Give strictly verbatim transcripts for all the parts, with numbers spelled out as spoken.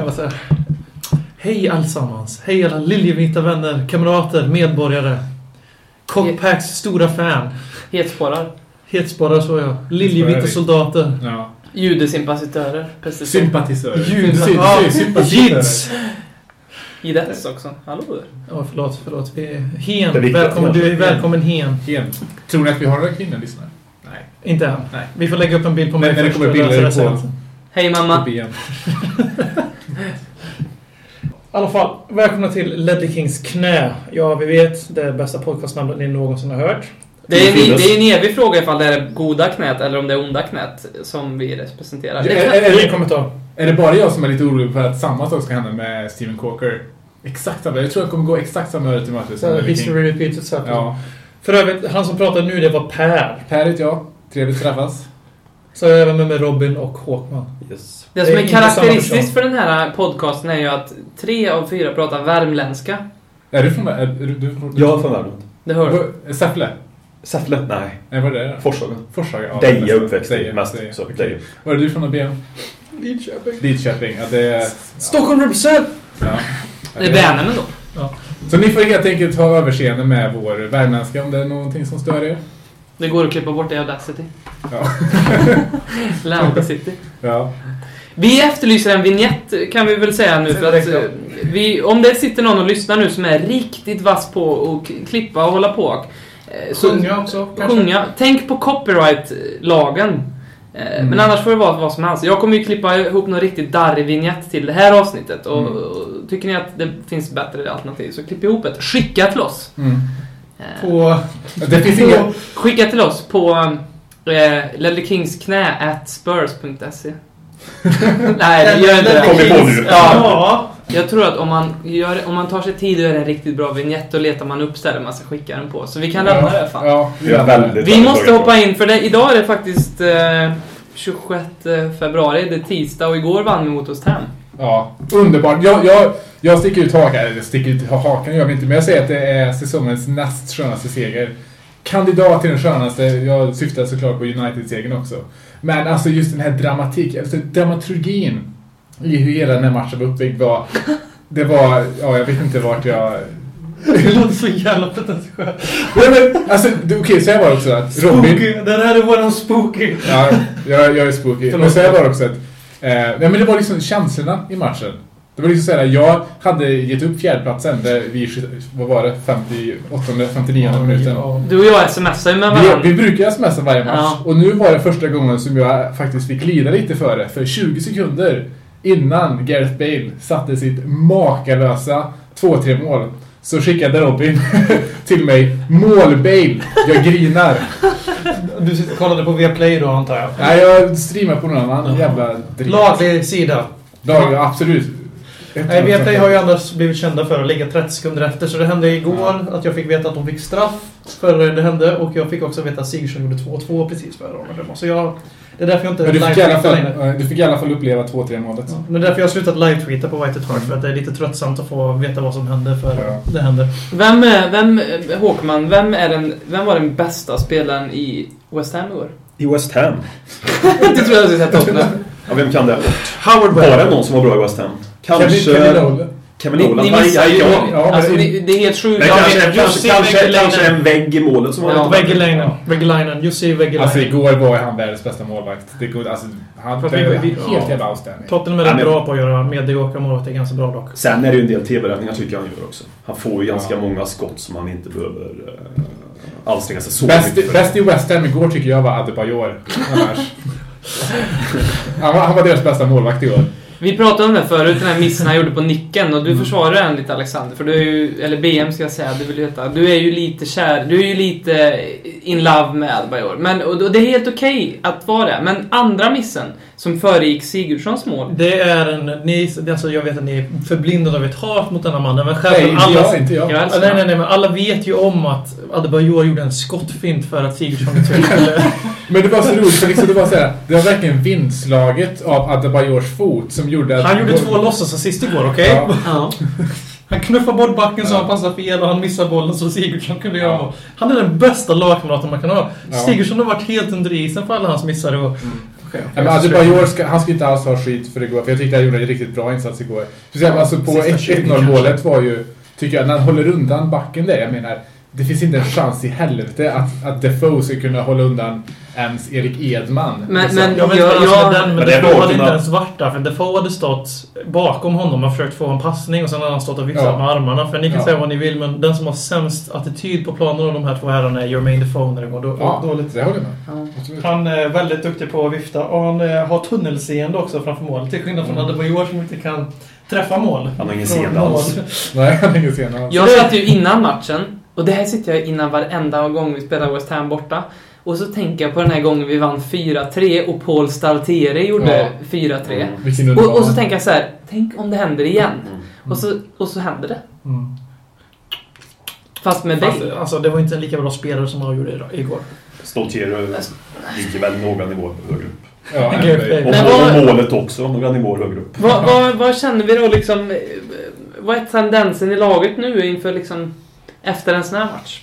alla så här. Hej allesammans. Hej alla liljevita vänner, kamrater, medborgare. Cockpacks stora fan. Hetsparar. Hetsparar så jag. Liljevita soldater. Ja. Judesympatisörer. Sympatisörer. Sympatisörer. I detta också. Hallå där. Ja, förlåt, förlåt. Vi är hen. Välkommen, du är välkommen hen. Hen. Tror ni att vi har några kvinnor lyssnare? Nej. Inte än. Nej. Vi får lägga upp en bild på mig. Men det kommer bilder på. Hej mamma. I alla fall, välkomna till Ledley Kings knä. Ja, vi vet, det är bästa podcastnamnet ni någonsin har hört. Det är, en, det är en evig fråga ifall det är goda knät eller om det är onda knät som vi representerar. Det är, är, är, det, kommentar. Är det bara jag som är lite orolig för att samma sak ska hända med Stephen Coker? Exakt samma. Jag tror att det kommer gå exakt samma öde till mötet som History repeats itself. Ja. För övrigt, han som pratade nu, det var Per. Per, ja. Trevligt träffas. Så jag är även med, med Robin och Håkman. Yes. Det som är, är karaktäristiskt för den här podcasten är ju att tre av fyra pratar värmländska. Är du från Värmland? Är du, du från... Jag är från Värmland. Det hör du. Säffle? Säffle? Nej. Nej, vad är det? Forshaga. Forshaga, ja. Deje uppväxt Deje, mest. Deje. Så, Okay. Deje. Var är du från B M? Lidköping. Lidköping, ja det är... Stockholm represent! Ja. Det är Värnämmen då. Ja. Så ni får helt enkelt ta överseende med vår värmländska om det är någonting som stör er. Det går att klippa bort det i Audacity. Ja. Lampa City. Ja. Vi efterlyser en vignett kan vi väl säga nu. För att vi, om det sitter någon och lyssnar nu som är riktigt vass på att klippa och hålla på. Så, sjunga också. Sjunga. Tänk på copyright-lagen. Mm. Men annars får det vara vad som helst. Jag kommer ju klippa ihop någon riktigt darrig vignett till det här avsnittet. Och, mm. och tycker ni att det finns bättre alternativ så klipp ihop ett. Skicka till oss. Mm. På... Det finns inga... Skicka till oss på eh, ledleyKingsknä at spurs punkt se. Nej, det gör inte det. Ja. Jag tror att om man, gör, om man tar sig tid och gör en riktigt bra vignett och letar man upp ställen man ska skicka den på. Så vi kan lämna ja. det fan. Ja, vi, är väldigt, vi måste hoppa in för det. Idag är det faktiskt eh, tjugosjätte februari. Det är tisdag och igår vann vi mot West Ham. Ja, underbart. Jag, jag, jag sticker ut hakan. Eller sticker ut hakan gör vi inte. Men jag säger att det är säsongens näst skönaste seger. Kandidat till den skönaste. Jag syftar såklart på United-segern också. Men alltså just den här dramatiken. Alltså dramaturgin i hur hela den här matchen var uppbyggd var... Det var... Ja, jag vet inte vart jag... Det låter så jävla pretentiöst. Nej, men alltså, okej, okay, så jag var också att... Spooky, Robin, den här är våran spooky. Ja, jag, jag är spooky. Men så jag var också att... Eh, nej, men det var liksom känslorna i matchen. Det var liksom såhär, jag hade gett upp fjärdeplatsen där vi, vad var det, femtioåttonde, femtionionde ja, minuten. Ja. Du och jag smsar med varandra. Vi, vi brukar smsa varje match. Ja. Och nu var det första gången som jag faktiskt fick lida lite för det. För tjugo sekunder innan Gareth Bale satte sitt makalösa två tre mål. Så skickade Robin till mig, mål Bale, jag grinar. Du sitter och kollade på Viaplay då antar jag? Nej, jag streamar på någon annan jävla dritt. Laglig sida. Lag, absolut. Nej, Viaplay har ju annars blivit kända för att ligga trettio sekunder efter. Så det hände igår ja. att jag fick veta att de fick straff före det hände. Och jag fick också veta att Sigurdsson gjorde två två precis före dem. Så jag, det är därför jag inte... Men du fick, i alla fall, du fick i alla fall uppleva två tre målet. Ja, men därför jag har slutat live-tweeta på White Hart. För att det är lite tröttsamt att få veta vad som hände för ja. det hände. Vem, är, vem Håkman, vem, är den, vem var den bästa spelaren i West Ham i år? I West Ham? Det tror jag att jag har sett. Ja, vem kan det? Howard Var det någon som var bra i West Ham? Kanske... Kevin Nolan. Kevin Nolan. Ni, ni missar ju... Ja, ja, alltså, det, det är helt sjukt. Kanske, kanske, kanske, kanske en vägg i målet som var ja, Väggelainen. Väggelainen. Jussi Väggelainen. Alltså igår var han världens bästa målvakt. Det går, alltså, han var helt ja. jävla avstämning. Tottenham är ja, bra på att göra mediokra målet. Det är ganska bra dock. Sen är det ju en del tv-räddningar tycker jag han gör också. Han får ju ganska ja. många skott som han inte behöver uh, anstränga sig så bäst, mycket. Bäst i West Ham igår tycker jag var Adebayor. han, var, han var deras bästa målvakt i år. Vi pratade om det förut, den här missen han gjorde på nicken. Och du försvarar den lite, Alexander. För du är ju, eller B M ska jag säga, du vill veta. Du är ju lite kär, du är ju lite in love med Adebayor. Men, och det är helt okej okay att vara det. Men andra missen som föregick Sigurdssons mål. Det är en, ni, alltså jag vet att ni är förblindade av ett hat mot den här mannen. Men själv, nej, inte alla, jag, inte jag. jag nej, nej, nej, men alla vet ju om att Adebayor gjorde en skottfint för att Sigurdsson skulle... Men det var så roligt, för liksom det var så här, det var verkligen vindslaget av Adebayors fot som gjorde att... Han gjorde två låtsasassist igår, okej? Okay? Ja. Han knuffade bort backen så ja. han passade fel och han missade bollen så Sigurdsson kunde göra mål. Han är den bästa lagkamraten man kan ha. Ja. Sigurdsson har varit helt under isen för alla hans missar och mm. Okay, ja, men Adebayor ska, han ska inte alls ha skit för igår. För jag tyckte han gjorde en riktigt bra insats igår. Speciellt alltså på ett noll målet var ju, tycker jag, när han håller undan backen där. Jag menar, det finns inte en chans i helvete att, att Defoe ska kunna hålla undan ens Erik Edman. Men, men jag vet jag, inte jag, den, men men Defoe hade kunna... inte ens varit där. För Defoe hade stått bakom honom och försökt få en passning. Och sen hade han stått och viftat ja. med armarna. För ni kan ja. säga vad ni vill, men den som har sämst attityd på planen av de här två herrarna är Jermaine Defoe när det går då, ja, dåligt. Det håller med. Ja. Han är väldigt duktig på att vifta. Och han har tunnelseende också framför mål. Till skillnad från mm. Adebayor som inte kan träffa mål. Han har ingen seende alls. Nej, han har ingen seende alls. Jag satt ju innan matchen. Och det här sitter jag innan varenda gång vi spelar West Ham borta. Och så tänker jag på den här gången vi vann fyra tre och Paul Staltieri gjorde ja. fyra tre. Mm. Och, och så tänker jag så här, tänk om det händer igen. Mm. Och, så, och så händer det. Mm. Fast med Bale. Fast, alltså, det var inte en lika bra spelare som han gjorde igår. Staltieri ligger väl några nivåer högre upp. Ja, och, och, och målet också, några nivåer högre upp. Vad, vad, vad känner vi då liksom, vad är tendensen i laget nu inför liksom efter en sån här match?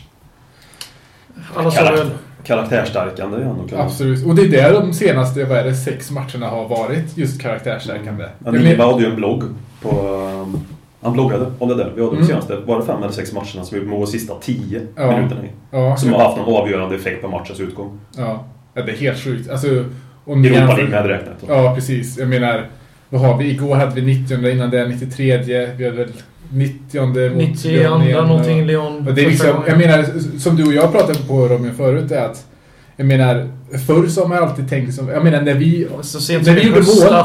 Karakt- Karaktärstärkande igen. Absolut. Och det är där de senaste vad är det, sex matcherna har varit just karaktärstärkande. Mm. Niva hade ju en blogg på... Um, han bloggade om det där. Vi hade de mm. senaste, var det fem eller sex matcherna som vi mål sista tio ja. minuterna i. Ja. Som har haft någon avgörande effekt på matchens utgång. Ja, ja det är helt sjukt. Alltså, om Europa League med räknat. Ja, precis. Jag menar, vad har vi? Igår hade vi nittionde innan det, nittiotre. Vi hade väl nittionde mot nittioandra någonting Leon. Och det är liksom, jag menar, som du och jag pratade på Robin förut, är att jag menar, förr så har man alltid tänkt som, jag menar när vi så sent när vi gjorde mål.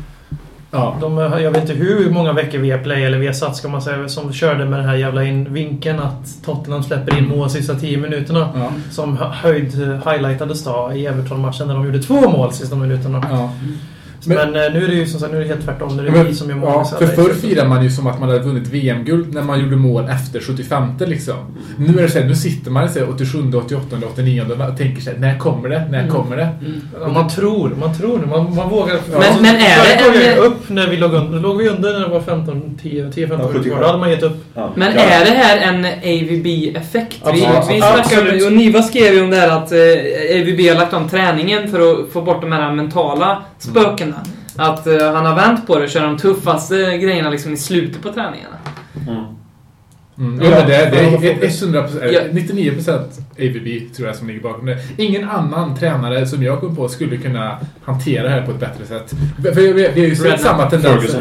Ja. De, jag vet inte hur många veckor vi har play eller vi har satt ska man säga som körde med den här jävla in vinkeln att Tottenham släpper in mål sista tio minuterna ja. som höjd highlightades då i Everton-matchen när de gjorde två mål sista minuterna. Ja. Men, men nu är det ju som sagt, nu är det helt tvärtom. Nu är det men, vi som gör mål. Ja, för förr firade man ju som att man hade vunnit V M-guld när man gjorde mål efter sjuttiofemte liksom. Mm. Nu är det så här, nu sitter man så här åttiosjunde, åttioåttonde, åttionionde och tänker sig när kommer det? När kommer det? Mm. Ja, man tror, man tror, man, man vågar. Men, ja, men är det en... upp när vi låg under, låg vi under när det var femton, tio, tio femton ja, år. Då hade man gett upp. Ja. Men ja. Är det här en A V B-effekt? Vi, vi snackade, och Niva skrev ju om det här att eh, A V B har lagt om träningen för att få bort de här mentala spökena. Mm. Att uh, han har vänt på det och kör de tuffaste grejerna liksom i slutet på träningarna. Mm. Mm. Ja, det är, det är hundra procent, ja. nittionio procent A V B tror jag som ligger bakom det. Ingen annan tränare som jag kom på skulle kunna hantera det här på ett bättre sätt. För vi, vi har ju sett samma tendenser.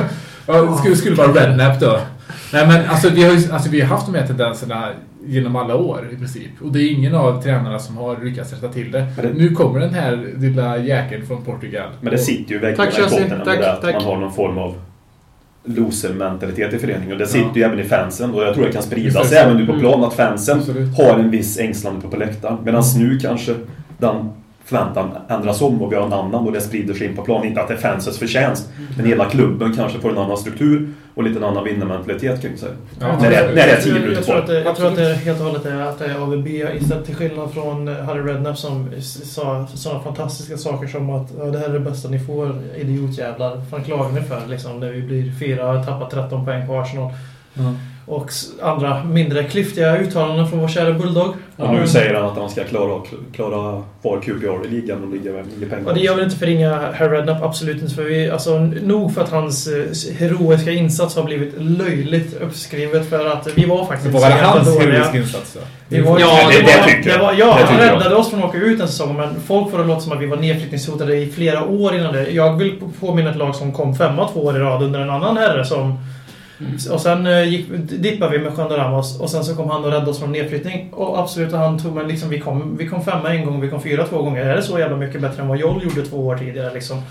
Ja, skulle, skulle vara Redknapp då. Nej men alltså vi har ju alltså, vi har haft de här tendenserna genom alla år i princip. Och det är ingen av tränarna som har lyckats rätta till det. det. Nu kommer den här lilla jäkeln från Portugal. Men det sitter ju verkligen i botten med det att man har någon form av loser-mentalitet i föreningen. Och det sitter ja. ju även i fansen. Och jag tror det kan sprida sig även nu på plan att fansen mm. har en viss ängslan på läktaren. Medan nu kanske den förväntan ändras om och vi har en annan och det sprider sig in på plan. Inte att det är fansens förtjänst, men hela klubben kanske får en annan struktur och lite en annan vinnarmentalitet kring sig. Ja, när, det är, när det är tio minuter jag, tror att det, jag tror att det helt och hållet är att det är A V B istället till skillnad från Harry Redknapp som sa sådana fantastiska saker som att ja, det här är det bästa ni får, idiotjävlar. Fan klagar ni för liksom, när vi blir fyra och tappar tretton poäng på Arsenal. Mm. Och andra mindre klyftiga uttalanden från vår kära Bulldog. Och nu säger han att han ska klara, klara var Q P R i ligan och ligga med pengar. Och det gör väl inte förringa Harry Redknapp, absolut inte. För vi, alltså, nog för att hans heroiska insats har blivit löjligt uppskrivet för att vi var faktiskt... Det var hans heroiska insats då? Vi var, ja, det, det, det tycker jag. Det var, ja, det han räddade jag. oss från att åka ut en säsong, men folk får det låta som att vi var nedflyttningshotade i flera år innan det. Jag vill påminna ett lag som kom femma två år i rad under en annan herre som... Mm. Och sen gick, dippade vi med Juan Ramos och sen så kom han och räddade oss från nedflyttning och absolut han tog men liksom vi kom vi kom femma en gång och vi kom fyra två gånger. Är det så jävla mycket bättre än vad Joel gjorde två år tidigare liksom.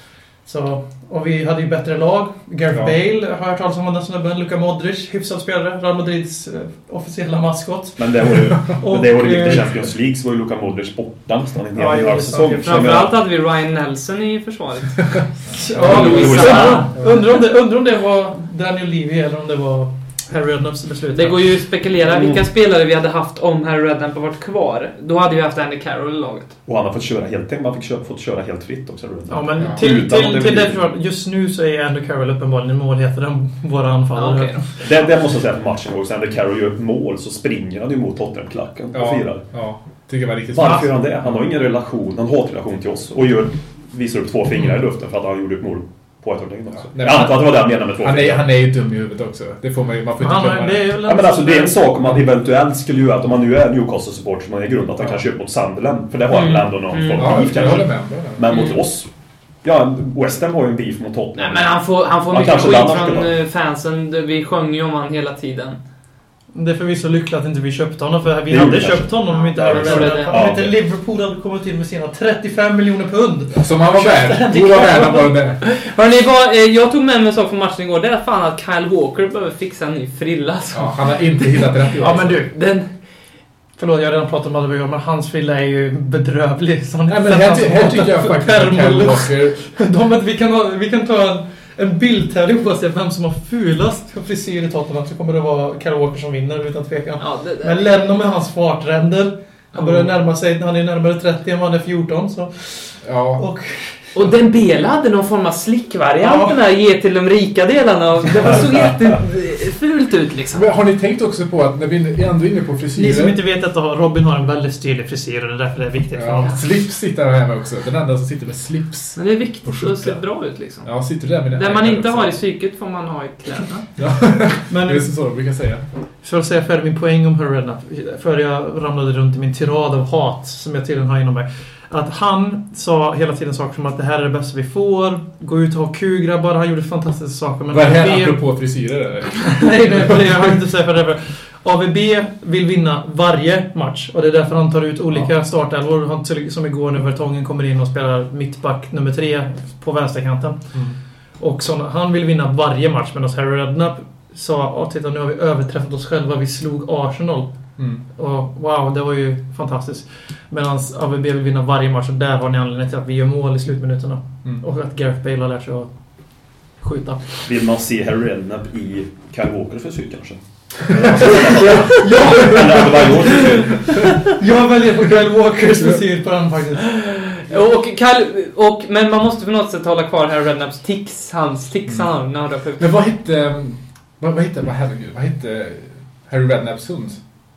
Så och vi hade ju bättre lag. Gareth ja. Bale har jag hört talas om den snubben, Luka Modric, hyfsad spelare, Real Madrids uh, officiella maskot. Men det var ju och, det var ju inte Champions League så var ju Luka Modric borta nästan en hel ja, säsong. Framförallt hade vi Ryan Nelson i försvaret. ja, ja, undrar om det undrar om det var Daniel Levy eller om det var Harry Redknapps beslut. Det går ju att spekulera mm. vilka spelare vi hade haft om Harry Redknapp har varit kvar. Då hade vi haft Andy Carroll i laget. Och han har fått köra helt, man fick köra, fått köra helt fritt också. Ja, men ja. till, till, till, till det för just nu så är Andy Carroll uppenbarligen en målhetare än våra anfallare. Ja, okay. det, det måste jag säga på matchen också. Andy Carroll gör ett mål så springer han ju mot Tottenham-klacken och ja, firar. Ja, tycker jag var riktigt Varför gör han det? Han har ingen relation, han har en relation till oss och gör visar upp två fingrar i luften för att han gjorde upp mål på ett ordning också. Ja, jag antar att det var det han menade med två han fingrar. Är, han är ju dum i huvudet också. Det får man ju, man får inte glömma det. Ja, men alltså det är en sak om man eventuellt skulle göra att om man nu är Newcastle-support som man är grund att han ja. kan köpa mot Sunderland. För det har han mm. ändå någon mm. form av beef kanske. Men mm. mot oss. Ja, West Ham har ju en beef mot Tottenham. Nej, men han får, han får han mycket skit från fansen. Vi sjöng ju om han hela tiden. Det är förvisso lyckligt att inte vi köpte honom, för vi det hade köpt honom om inte, ja, hade, ja, inte Liverpool hade kommit till med sina trettiofem miljoner pund. Som han var värd. Borde vara värd var det. Hörrni, vad, jag tog med mig en sak från matchen igår. Det är fan att Kyle Walker behöver fixa en ny frilla. Så. Ja, han har inte hittat rätt. Ja, men du, den... Förlåt, jag har redan pratat om det, men hans frilla är ju bedrövlig. Nej, men här, ty- här tycker jag faktiskt att Kyle Walker... De, vi, kan ha, vi kan ta en... En bildtävling på sig vem som har fulast frisyr i Tottenham, så kommer det vara Kyle Walker som vinner utan tvekan. Ja, det, det. Men Lennon med hans fartränder, han börjar närma sig, han är närmare trettio än han är fjorton, så... Ja. Och, och den Bela hade någon form av slickvariant ja. Där, ge till de rika delarna. Det var så jättefult ut liksom. Men har ni tänkt också på att när vi är ändå inne på frisyrer... Ni som inte vet att Robin har en väldigt stilig frisyr och det är därför det är viktigt för honom. Ja, slips sitter här med också. Den enda som sitter med slips. Men det är viktigt att se bra ut liksom. Ja, sitter där med den. Det man inte har i psyket får man ha i kläderna. Ja, men det är så de brukar säga. För att säga färdig min poäng om Harry Redknapp, för jag ramlade runt i min tirad av hat som jag tydligen har inom mig. Att han sa hela tiden saker som att det här är det bästa vi får. Gå ut och ha kul grabbar. Han gjorde fantastiska saker. Men vad är det här apropå frisyrer eller? nej, nej, det har jag inte sagt för det. A V B vill vinna varje match. Och det är därför han tar ut olika ja. startelvor. Han, som igår när Vertongen kommer in och spelar mittback nummer tre på vänsterkanten. Mm. Och såna, han vill vinna varje match. Men Harry Redknapp sa att titta, nu har vi överträffat oss själva. Vi slog Arsenal. Mm. Och wow, det var ju fantastiskt. Medan A V B vill vinna varje match, och där har ni anledning till att vi gör mål i slutminuterna. Mm. Och att Gareth Bale har lärt sig att skjuta. Vill man se Harry Redknapp i Kyle Walker för syr kanske? Jag väljer på Kyle Walkers frisyr på den faktiskt. Och, Kyle, och, men man måste på något sätt hålla kvar Harry Redknapps tics, hans tics mm. han har. Men vad hette vad, vad hette vad herregud, vad hette Harry Redknapps hund?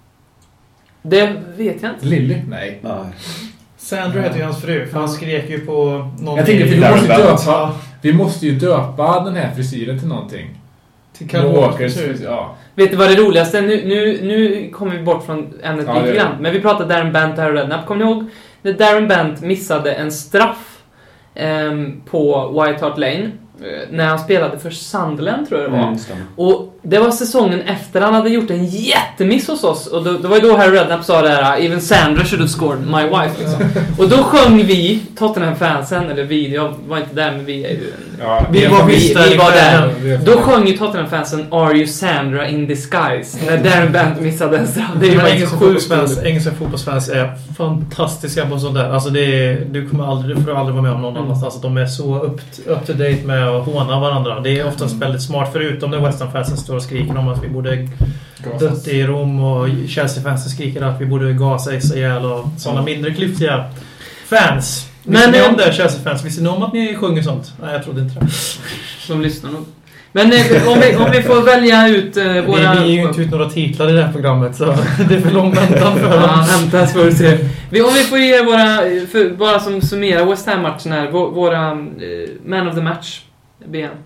Det vet jag inte. Lily? Nej. Nej. Sandra heter ju hans fru, för han skrek ju på någon... Jag tänker, vi måste, döpa, vi måste ju döpa den här frisyren till någonting. Till Kyle Walkers frisyr, ja. Vet du vad det roligaste? Nu, nu, nu kommer vi bort från ämnet ja, lite grann. Men vi pratade Darren Bent och Harry Redknapp. Kommer ni ihåg när Darren Bent missade en straff eh, på White Hart Lane? När han spelade för Sunderland, tror jag det var. Mm, och det var säsongen efter han hade gjort en jättemiss hos oss. Och då, det var ju då Harry Redknapp sa det här: even Sandra should have scored my wife liksom. Och då sjöng vi Tottenham-fansen, eller vi, jag var inte där, men vi är ju ja, vi, var, vi, vi var där. Då sjöng ju Tottenham-fansen Are you Sandra in disguise? När Darren Bent missade en straff. Det är ju engelska fotbollsfans, engelska fotbollsfans är fantastiska på sånt där. Alltså det är, du kommer aldrig, du får aldrig vara med om någon mm. annanstans. Alltså, de är så up, up to date med och håna varandra. Det är oftast mm. väldigt smart, förutom när West Ham-fansen står och skriker om att vi borde dött i Rom, och Chelsea-fansen skriker att vi borde gasa is ihjäl och sådana mm. mindre klyftiga fans. Men ni om det, Chelsea-fans? Visste ni om att ni sjunger sånt? Nej, jag trodde inte det. De lyssnar nog. Men eh, om, vi, om vi får välja ut eh, våra... Vi, vi ger ju inte ut några titlar i det här programmet, så det är för lång väntan för dem. Ja, hämtas för att se. Vi, om vi får ge våra, för, bara som summerar West Ham-matchen här, våra eh, man of the match, B N.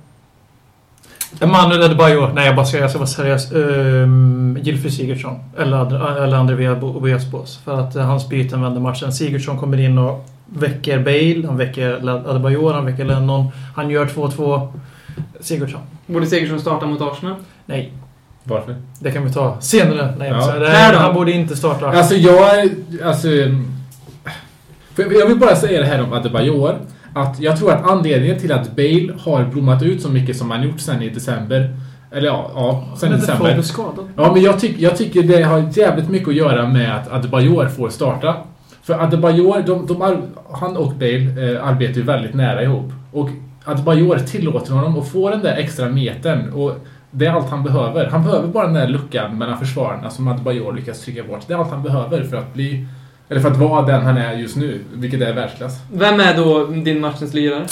Emanuel Adebayor. Nej, jag bara ska, jag ska vara seriös. Um, Gylfi Sigurdsson. Eller, eller André Villas-Boas. För att uh, hans byten vänder matchen. Sigurdsson kommer in och väcker Bale. Han väcker Adebayor. Han väcker Lennon. Han gör två två. Sigurdsson. Borde Sigurdsson starta mot Arsenal? Nej. Varför? Det kan vi ta senare. Nej, ja. det här, han borde inte starta. Alltså jag... Alltså, jag vill bara säga det här om Adebayor. Att jag tror att anledningen till att Bale har blommat ut så mycket som han gjort sen i december, eller ja, ja sen i december. Ja, men jag, tyck, jag tycker det har jävligt mycket att göra med att Adebayor får starta. För Adebayor, de, de, han och Bale eh, arbetar ju väldigt nära ihop. Och Adebayor tillåter honom att få den där extra metern, och det är allt han behöver. Han behöver bara den där luckan mellan försvararna som Adebayor lyckas trycka bort. Det är allt han behöver för att bli... Eller för att vara den han är just nu, vilket är världsklass. Vem är då din matchens lirare?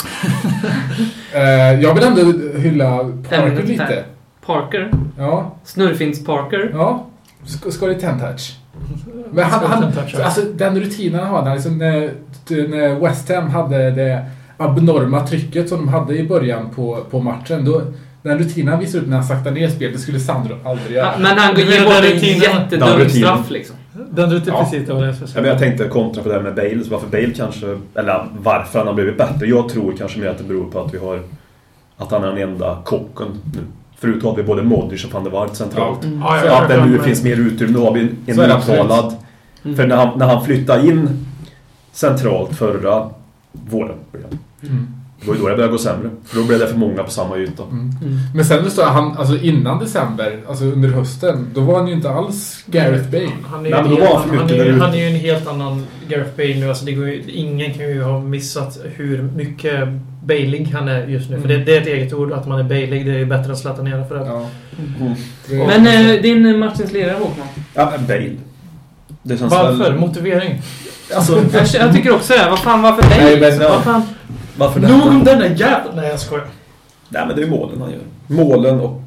uh, jag vill ändå hylla Parker lite. Parker? Ja. Snurrfinns Parker? Ja. Ska, ska det ten touch? Men han, han, alltså, den rutinen han hade, liksom, när, när West Ham hade det abnorma trycket som de hade i början på, på matchen. Då, den rutinen visade ut när han saktar ner spel, det skulle Sandro aldrig göra. Ja, men han går ju bort en jättedum straff liksom. Den rutinen, ja. precis, det var det jag skulle säga. Ja, jag tänkte kontra på det här med Bale, så varför Bale kanske, eller varför han har blivit bättre. Jag tror kanske mer att det beror på att vi har, att han är den enda kocken nu. Förut har vi både Modric och Van der Vaart centralt. Mm. Ja, ja, att det nu finns mer utrymme, nu har vi en, en uttalad. Mm. För när han, när han flyttade in centralt förra våren, mm. det var ju då det började gå sämre. För då blev det för många på samma yta. Mm. Mm. Men sen så han, alltså innan december, alltså under hösten, då var han ju inte alls Gareth Bale. Han är, Nej, helt, han, han, är, han är ju en helt annan Gareth Bale nu. Alltså det går ju, ingen kan ju ha missat hur mycket Bailig han är just nu. Mm. För det, det är ett eget ord, att man är Bailig. Det är bättre än Zlatan ner för det. Ja. Mm. Mm. Men äh, din matchens ledare, Håkman? Ja, Bale. Det känns varför? väl... Motivering? Alltså, jag, jag tycker också det. Vad fan, varför Bale? Nej, men, vad fan? Varför nog om den är jävla... Nej, jag skojar. Nej, men det är målen han gör. Målen och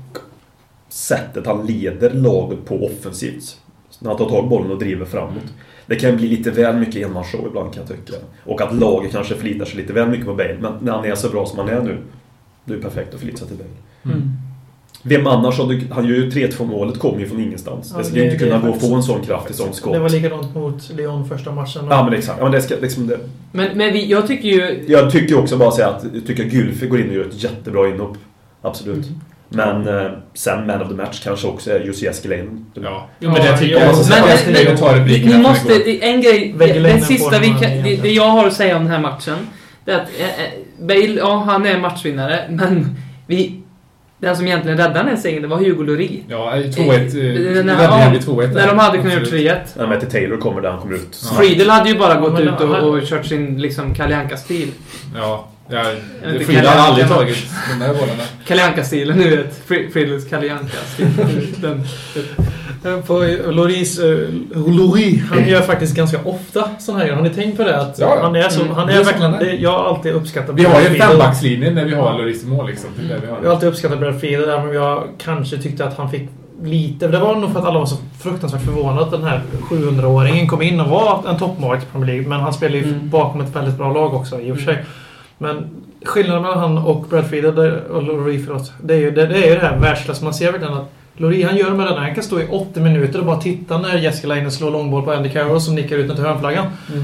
sättet han leder laget på offensivt. När han tar tag bollen och driver framåt. Det kan bli lite väl mycket enmansshow ibland, kan jag tycka. Och att laget kanske förlitar sig lite väl mycket på Bale. Men när han är så bra som han är nu, det är perfekt att förlita sig till Bale. Mm. Vem annars, han gör ju tre två målet, kommer ju från ingenstans. Ja, det skulle inte kunna gå och få en sån kraft i sån skott. Det var likadant mot Leon första matchen. Ja, men exakt. Ja, men det ska, liksom det. Men, men vi, jag tycker ju... Jag tycker också bara säga att jag tycker Gylfi går in och gör ett jättebra inhopp. Absolut. Mm. Men eh, sen man of the match kanske också är Jussi Eskelinen. Ja, jo, men det tycker jag också. Men, men, men, tar vi, vi måste, det, en grej, det, den sista vi kan, det, det jag har att säga om den här matchen, det är att eh, Bale, ja, han är matchvinnare, men vi... Den som egentligen räddade den här segern, det var Hugo Lloris. Ja, två ett. När, när, två ett när de hade kunnat gjort tre ett. När Matty Taylor kommer där han kommer ut. Ja. Friedel hade ju bara gått ja, ut och, och kört sin liksom Kalle Anka-stil. Ja, ja Friedel hade aldrig tagit den där bollen. Kalle Anka-stilen, nu vet Friedels Kalle Anka-stil. den, på Lloris, uh, Lloris, han gör faktiskt ganska ofta sån här. Har ni tänkt på det? Att ja, han är så, mm, han är verkligen, det, jag har alltid uppskattat. Vi har ju en fembackslinje när vi har Lloris i mål liksom. Det vi har. Jag har alltid uppskattat Brad Friedel där, men jag kanske tyckte att han fick lite, det var nog för att alla var så fruktansvärt förvånade att den här sjuhundraåringen kom in och var en toppmål i Premier League, men han spelar ju mm. bakom ett väldigt bra lag också i och för sig. Men skillnaden mellan han och Brad Friedel och Lloris, förlåt, det är ju det, det är ju det här världsklass. Man ser verkligen att Lloris, han gör med den här. Han kan stå i åttio minuter och bara titta när Jessica Leinen slår långboll på Andy Carroll som nickar ut den till hörnflaggan. Mm.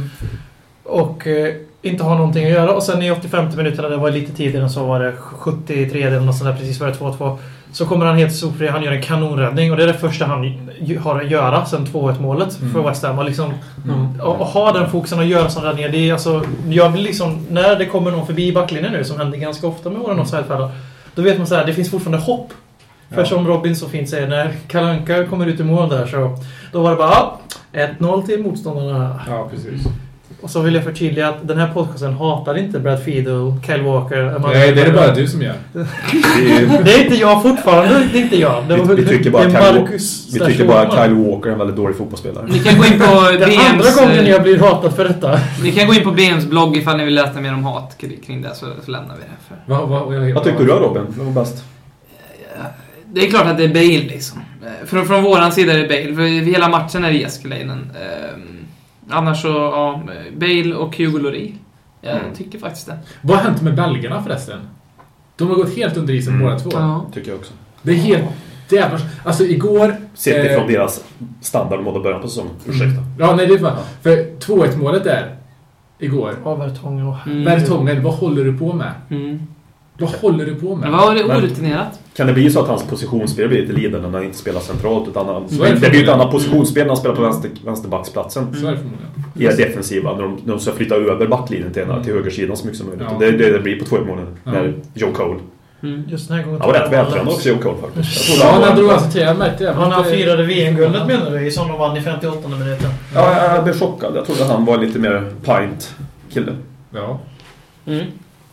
Och eh, inte ha någonting att göra. Och sen i åttiofem minuterna, det var lite tidigare, så var det sjuttiotre eller något sånt där, precis före två två. Så kommer han helt sopfri, han gör en kanonräddning. Och det är det första han har att göra sen två ett målet mm. för West Ham. Och, liksom, mm. och, och ha den fokusen och göra sådana räddningar. Det är alltså, jag blir liksom, när det kommer någon förbi backlinjen nu, som händer ganska ofta med våra offside-fällor, då vet man så här, det finns fortfarande hopp. För som Robin så fint säger, när Kalle Anka kommer ut i mål där, så då var det bara ett noll till motståndarna. Ja, precis. Och så vill jag förtydliga att den här podcasten hatar inte Brad Friedel, Kyle Walker. Nej, det är det bara du som gör. Det är inte jag fortfarande, det är inte jag. Det vi, vi tycker bara, Kyle, vi tycker bara Kyle Walker är en väldigt dålig fotbollsspelare. Ni kan gå in på den B M's, andra gången jag blir hatad för detta. Ni kan gå in på B M's blogg ifall ni vill läsa mer om hat kring det, så, så lämnar vi det. För. Vad, vad, vad, vad tyckte du då, Robin? Vad var bäst? Det är klart att det är Bale liksom. Från, från våran sida är det Bale. För hela matchen är det Jeskelainen. Um, annars så, ja, Bale och Hugo Lloris. Jag mm. tycker faktiskt det. Vad har hänt med belgarna förresten? De har gått helt under isen mm. båda två. Ja. Tycker jag också. Det är helt... Det är, alltså igår... Sett eh, ifrån deras standardmål och början på säsongen. Ursäkta. Ja, nej det är för... För två ett målet där igår. Ja, Vertongen. Mm. Vertongen, vad håller du på med? Mm. Vad håller du på med? Men vad var det orutinerat? Kan det bli så att hans positionsspel blir lite lidande när han inte spelar centralt, utan han, det, det blir ett annat positionsspel när han spelar på vänster, vänsterbacksplatsen. Mm. Så är det förmodligen. I defensiva, när de, när de ska flytta över backlinjen till, mm. till högersidan så mycket som möjligt. Ja. Det, det, det blir på två månader ja. När Joe Cole. Mm. Just den här gången. Han var rätt vältränad också, Joe Cole faktiskt. Ja, han, han drog alltså tre, jag märkte det. Han firade V M-guldet menar du, som de vann i femtioåttonde minuten. Ja, jag blev chockad. Jag trodde han var lite mer pint-kille. Ja. Mm.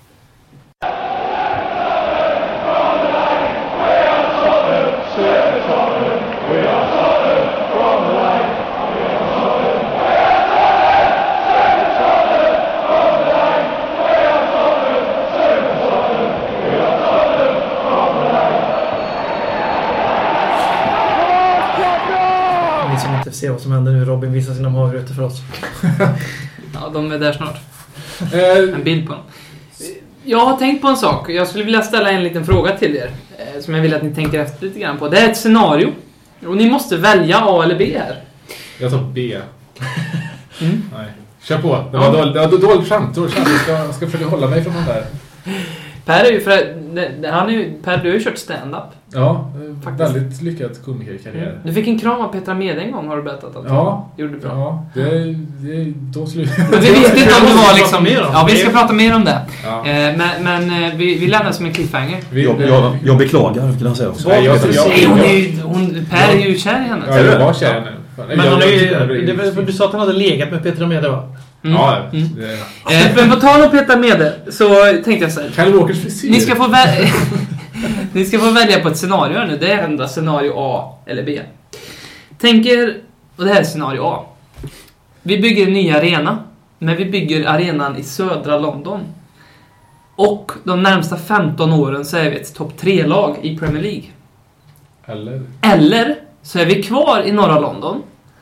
Se vad som händer nu. Robin visar sina mager ute för oss. Ja, de är där snart. En bild på dem. jag har tänkt på en sak. Jag skulle vilja ställa en liten fråga till er. Eh, som jag vill att ni tänker efter lite grann på. Det är ett scenario. Och ni måste välja A eller B här. Jag tar B. Mm. Nej. Kör på. Det var ja. dåligt, det var dåligt skämt. Jag ska, jag ska försöka hålla mig från det där. Per är ju för han är ju, Per, du har ju kört stand-up. Ja, faktiskt. Väldigt lyckad komikerkarriär. Mm. Du fick en kram av Petra Mede en gång, har du berättat att ja, du gjorde bra. Ja, det, det då slut. Men vi visste inte om det var liksom ja, vi ska prata mer om det. Ja. Eh, men men vi vi lämnar som en cliffhanger. Vi, jag, jag, jag beklagar kan jag säga också. Nej, jag, jag, jag, hon är, hon Per är ju kär i henne. Ja, jag var kär i henne. Men han är ju, det, du sa att han hade legat med Petra Mede, va? Mm. Ja, mm. Det... eh, men på tal om Petra Mede så tänkte jag så här. Kyle Walkers frisyr. Ni ska få välja Ni ska få välja på ett scenario nu. Det är ändå scenario A eller B. Tänk er, och det här är scenario A. Vi bygger en ny arena, men vi bygger arenan i södra London. Och de närmsta femton åren så är vi ett topp tre-lag i Premier League. Eller Eller så är vi kvar i norra London.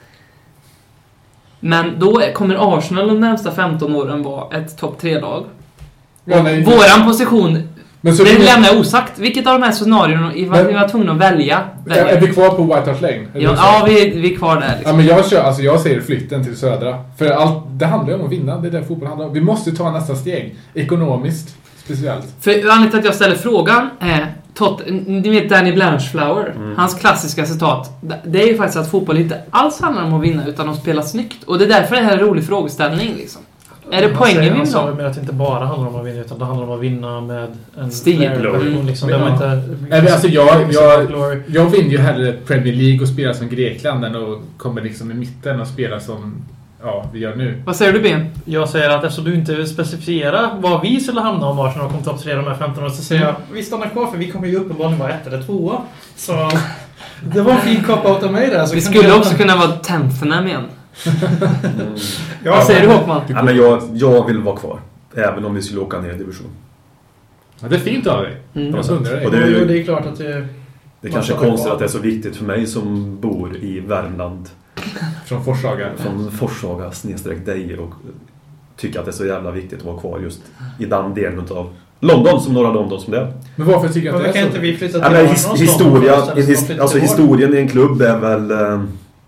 Men då kommer Arsenal de närmsta femton åren vara ett topp tre-lag. Ja, våran position, men så det lämnar jag osagt. Vilket av de här scenarierna vi var tvungna att välja? välja. Är vi kvar på White Hart Lane? Ja, ja vi, vi är kvar där. Liksom. Ja, men jag, kör, alltså jag säger flytten till södra. För allt, det handlar ju om att vinna. Det är där fotboll handlar om. Vi måste ta nästa steg. Ekonomiskt, speciellt. För anledningen till att jag ställer frågan är Tot, ni vet Danny Blanchflower, mm. hans klassiska citat. Det är ju faktiskt att fotboll inte alls handlar om att vinna utan att spela snyggt. Och det är därför det här är en rolig frågeställning liksom. Är det poängen vi vill ha? Med att det inte bara handlar om att vinna utan det handlar om att vinna med en stil. Mm. Liksom, ja. inte, liksom, alltså jag, jag, jag, jag vinner ju hellre Premier League och spelar som Grekland än att komma liksom i mitten och spela som ja, vi gör nu. Vad säger du, Ben? Jag säger att eftersom du inte vill specificera vad vi skulle hamna om Arsenal kom topp tre de här femton åren så säger jag vi stannar kvar för vi kommer ju uppenbarligen vara ett eller tvåa. Så det var en fin cop-out av mig där. Så vi skulle också jag... kunna vara Tenthernam igen. mm. ja, vad säger du, Håkman? Ja, men jag, jag vill vara kvar. Även om vi skulle åka ner i division. Ja, det är fint av dig. Mm. Och det, och det, är, det är klart att det... Det kanske är konstigt att det är så viktigt för mig som bor i Värmland. Från Forshaga. Från Forshaga snedstreck dig och tycker att det är så jävla viktigt att vara kvar just i den delen av London som norra London som det är. Men varför tycker jag att det är kan så? Inte vi flytta till ja, men his- historia, his- alltså historien i en klubb är väl eh,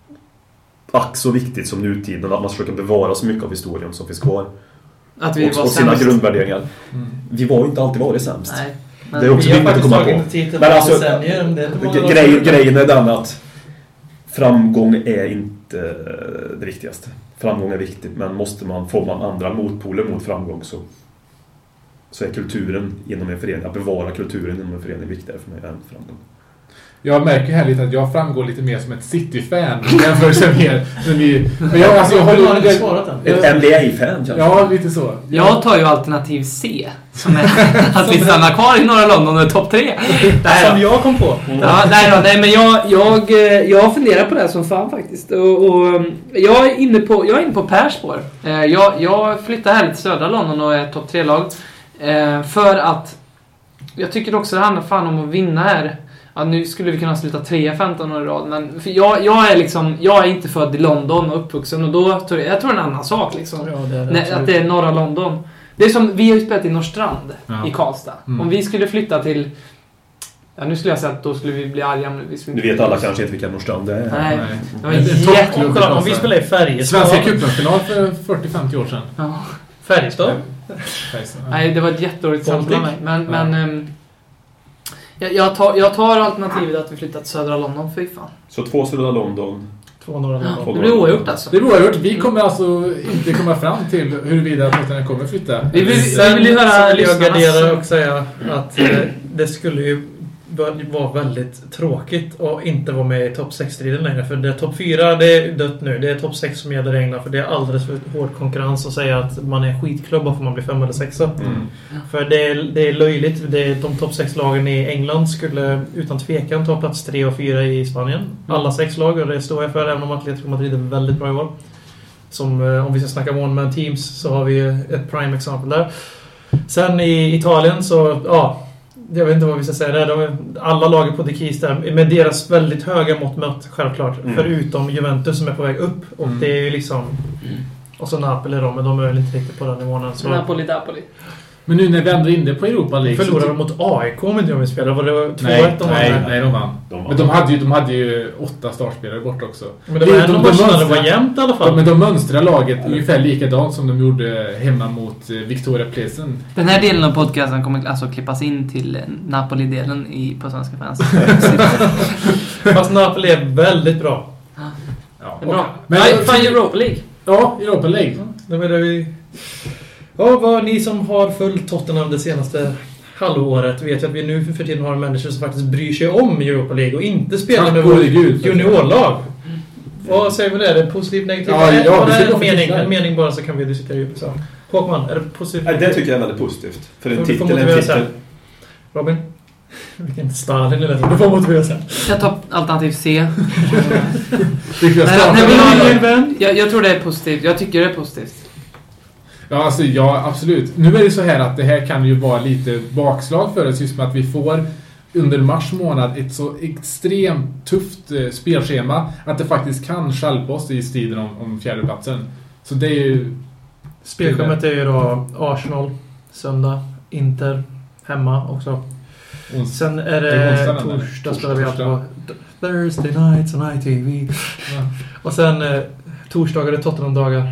ack så viktigt som nutiden att man försöker bevara så mycket av historien som finns kvar. Att vi och, var och sina sämst. Grundvärderingar. Mm. Vi var inte alltid varit sämst. Nej. Det är också viktigt att komma på. Men alltså, grej, grejen är den att framgång är inte det viktigaste. Framgång är viktigt, men måste man få man andra motpoler mot framgång så, så är kulturen inom en förening, att bevara kulturen inom en förening viktigare för mig än framgång. Jag märker här lite att jag framgår lite mer som ett City-fan jämfört med ni. Men jag, alltså, jag har ju svarat den. Ett N B A-fan kanske. Ja, lite så. Jag tar ju alternativ C som är att vi stannar kvar i norra London och topp tre. Som jag kom på. Mm. Ja, nej, då, nej men jag jag jag funderar på det som fan faktiskt. Och, och jag är inne på jag är inne på Persspår. Jag jag flyttar här till södra London och är topp tre lag för att jag tycker också det handlar fan om att vinna här. Ja, nu skulle vi kunna sluta tre femton år i rad, men för jag, jag är liksom jag är inte född i London och uppvuxen och då tror jag, jag tror en annan sak liksom. Ja, det är det, Nej, att det är norra London. Det är som vi har ju spelat i Norrstrand ja. i Karlstad. Mm. Om vi skulle flytta till ja, nu skulle jag säga att då skulle vi bli arga. Nu vet alla kanske inte vilka Norrstrand det är. Nej. Det var jättekul. Om vi spelar i Färjestad. Svenska cupen-final för fyrtio femtio år sedan. Ja. Färjestad. Nej, det var ett jättedåligt samtal med mig. Men, ja. men um, jag, jag, tar, jag tar alternativet att vi flyttar till södra London, fy fan. Så två södra London. Två norra London. Ja, det blir oavgjort alltså. Det blir oavgjort. Vi kommer alltså inte komma fram till huruvida den kommer flytta. Vi vill, vi vill ju höra jag gardera och säga att eh, det skulle ju var väldigt tråkigt att inte vara med i topp sex-striden längre. För det är topp fyra, det är dött nu. Det är topp sex som gäller i England. För det är alldeles för hård konkurrens att säga att man är skitklubb för man blir fem eller sexa. Mm. För det är, det är löjligt. Det är, de topp sex-lagen i England skulle utan tvekan ta plats tre och fyra i Spanien. Alla sex lag, och det står jag för, även om Atletico Madrid är väldigt bra i år. Som, om vi ska snacka one-man teams så har vi ett prime exempel där. Sen i Italien så, ja... Jag vet inte vad vi ska säga där. De är, alla lager på Dekis där med deras väldigt höga mått mött, självklart. Mm. Förutom Juventus som är på väg upp. Och mm. det är ju liksom... Mm. Och så Napoli då, men de är väl inte riktigt på den nivån. Så. Napoli, Napoli. Men nu när vi ändå är inne på Europa League... Förlorade de mot A I K om inte jag minns spelare? Var det två nej, ett de nej, var nej, de vann. De men de hade, ju, de hade ju åtta startspelare bort också. Men det var ändå de, de, de, de var jämnt i alla fall. De, men de mönstrade laget ungefär likadant som de gjorde hemma mot Victoria Plzen. Den här delen av podcasten kommer alltså klippas in till Napoli-delen i, på Svenska Fans. Fast Napoli är väldigt bra. Ja, det är bra. Men fan Europa League. Ja, Europa League. Ja, det var det vi... Ja, vad ni som har följt Tottenham det senaste halvåret vet ju att vi nu för tiden har människor som faktiskt bryr sig om Europa League och inte spelar med vårt juniorlag. Vad säger vi det? Är det positivt, negativt? Ja, ja, ja, det är en mening, en mening bara så kan vi diskutera djupt. Så. Håkman, är det positivt? Ja, det tycker jag är väldigt positivt. För en titel är en titel. Robin? Vilken Stalin är det? Du får motivera sen. Jag tar alternativ C. nej, nej, nej, jag, jag tror det är positivt. Jag tycker det är positivt. Ja, alltså, ja, absolut. Nu är det så här att det här kan ju vara lite bakslag för oss just med att vi får under mars månad ett så extremt tufft eh, spelschema att det faktiskt kan skälpa oss i striden om, om fjärdeplatsen. Så det är ju... Spelschemat är ju då Arsenal, söndag, Inter, hemma också. Ons- Sen är det, det är torsdag spelar vi alltid på Thursday nights on I T V. Ja. Och sen eh, torsdagar är Tottenham-dagar.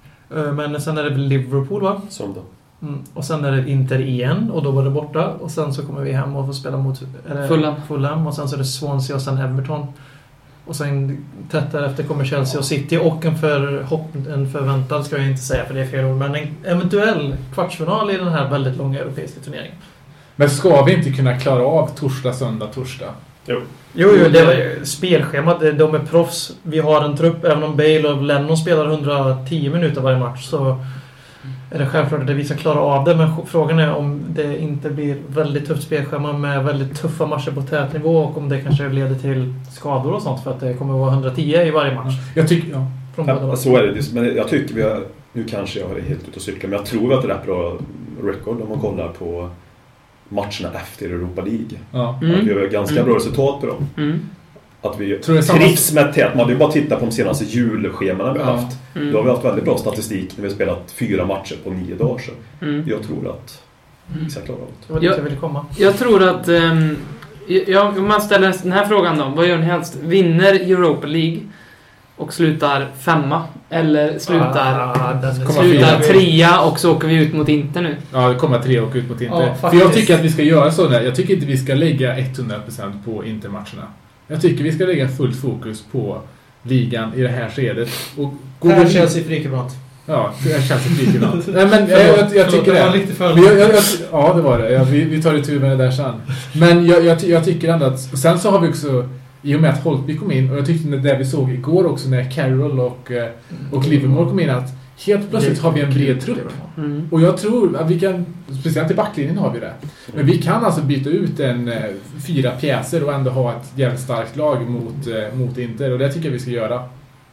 Men sen är det Liverpool, va? Söndag. Mm. Och sen är det Inter igen och då var det borta. Och sen så kommer vi hem och får spela mot Fulham. Fulham. Och sen så är det Swansea och sen Everton. Och sen tätt därefter kommer Chelsea och City. Och en, för, hopp, en förväntad ska jag inte säga för det är fel ord. Men en eventuell kvartsfinal i den här väldigt långa europeiska turneringen. Men ska vi inte kunna klara av torsdag, söndag, torsdag? Jo. Jo, jo, det var spelschemat. De är proffs. Vi har en trupp. Även om Bale och Lennon spelar hundratio minuter varje match så är det självklart att vi ska klara av det. Men frågan är om det inte blir väldigt tufft spelschema med väldigt tuffa matcher på tät nivå och om det kanske leder till skador och sånt för att det kommer att vara hundratio i varje match. Jag tycker, ja. Från ja så är det. Men jag tycker vi har, nu kanske jag har det helt ut och cykla, men jag tror att det är rätt bra record om man kollar på matcherna efter Europa League. Ja. Mm. Att vi har ganska mm. bra resultat på dem. Mm. Att vi trivs med tätt. Man hade ju bara titta på de senaste julscheman vi har haft. Mm. Då har vi haft väldigt bra statistik när vi har spelat fyra matcher på nio dagar sedan. Mm. Jag tror att vi ska klara det. Det jag, vill komma. jag tror att um, jag, om man ställer den här frågan då, vad gör ni helst? Vinner Europa League och slutar femma eller slutar, ah, slutar trea och så åker vi ut mot Inter nu. Ja, det kommer trea och ut mot Inter. Ja, för jag tycker att vi ska göra så där. Jag tycker inte vi ska lägga hundra procent på Inter-matcherna. Jag tycker vi ska lägga fullt fokus på ligan i det här skedet. Och gå här Chelsea Frikebrant. Ja, Chelsea Frikebrant. Nej, men jag, jag, jag tycker det. Var lite för jag, jag, jag, ja, det var det. Ja, vi, vi tar det tur med det där sen. Men jag, jag, jag tycker ändå att... Sen så har vi också... I och med att Holtby kom in, och jag tyckte det vi såg igår också när Carroll och, och Livermore kom in, att helt plötsligt har vi en bred trupp. Mm. Och jag tror att vi kan, speciellt i backlinjen har vi det. Men vi kan alltså byta ut en fyra pjäser och ändå ha ett jävligt starkt lag mot, mot Inter. Och det tycker jag vi ska göra.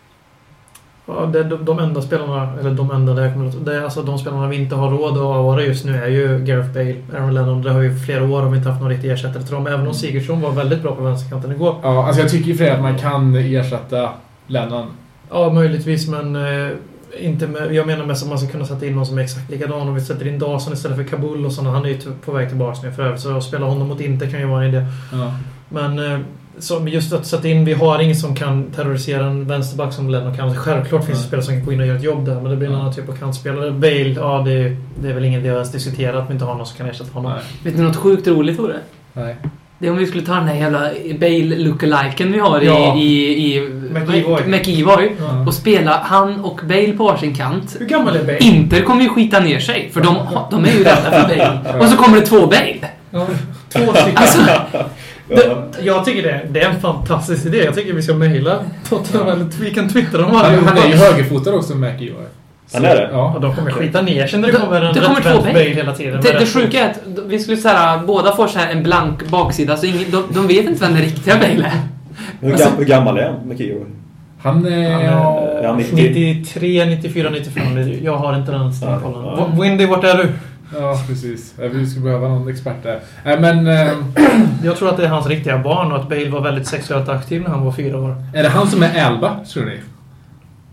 Ja, det, de, de enda spelarna, eller de enda där kommer att, det är alltså de spelarna vi inte har råd att avvara just nu är ju Gareth Bale, Aaron Lennon. Det har ju flera år om vi inte haft någon riktig ersättare till dem. Även om Sigurdsson var väldigt bra på vänsterkanten igår. Ja, alltså jag tycker ju för att man kan ersätta Lennon. Ja, möjligtvis, men eh, inte med, jag menar mest att man ska kunna sätta in någon som är exakt likadan. Om vi sätter in Dawson istället för Kabul och sådana. Han är ju på väg tillbaka nu för övrigt. Så att spela honom mot Inter kan ju vara en idé. Ja. Men... Eh, så just att sätta in, vi har ingen som kan terrorisera en vänsterback som Lennon kan. Självklart finns det spelare som kan gå in och göra ett jobb där, men det blir en annan typ av kantspelare. Bale, ja det, det är väl ingen vi har ens diskuterat att vi inte har någon som kan ersätta honom. Nej. Vet ni något sjukt roligt för det? Nej. Det är om vi skulle ta den här jävla Bale lookaliken vi har ja. i, i, i McEvoy ja. och spela han och Bale på varsin kant. Hur gammal är Bale? Inter kommer ju skita ner sig, för de, de är ju rädda för Bale. Ja. Och så kommer det två Bale. Ja. Två stycken. Alltså, Det, jag tycker det, det är en fantastisk idé. Jag tycker vi ska mejla Tottenham. Vi kan twittra dem alla. Han, han är ju högerfotad också med McEvoy. Han är det? Ja. Och de kommer skita ner sig när det kommer en det kommer två Bale hela tiden. Det, det sjuka är att vi skulle säga båda får så här en blank baksida så ingen, de, de vet inte vem den riktiga Bale är. Hur, alltså, hur gammal är han, McEvoy? Han är, han är ja, nittiotre, nittiofyra, nittiofem. Jag har inte den stämkollen. Ja, ja. Windy, vart är du? Ja, precis. Vi skulle behöva någon expert där. Äh, men, äh, jag tror att det är hans riktiga barn och att Bale var väldigt sexuellt aktiv när han var fyra år. Är det han som är Alba, tror ni?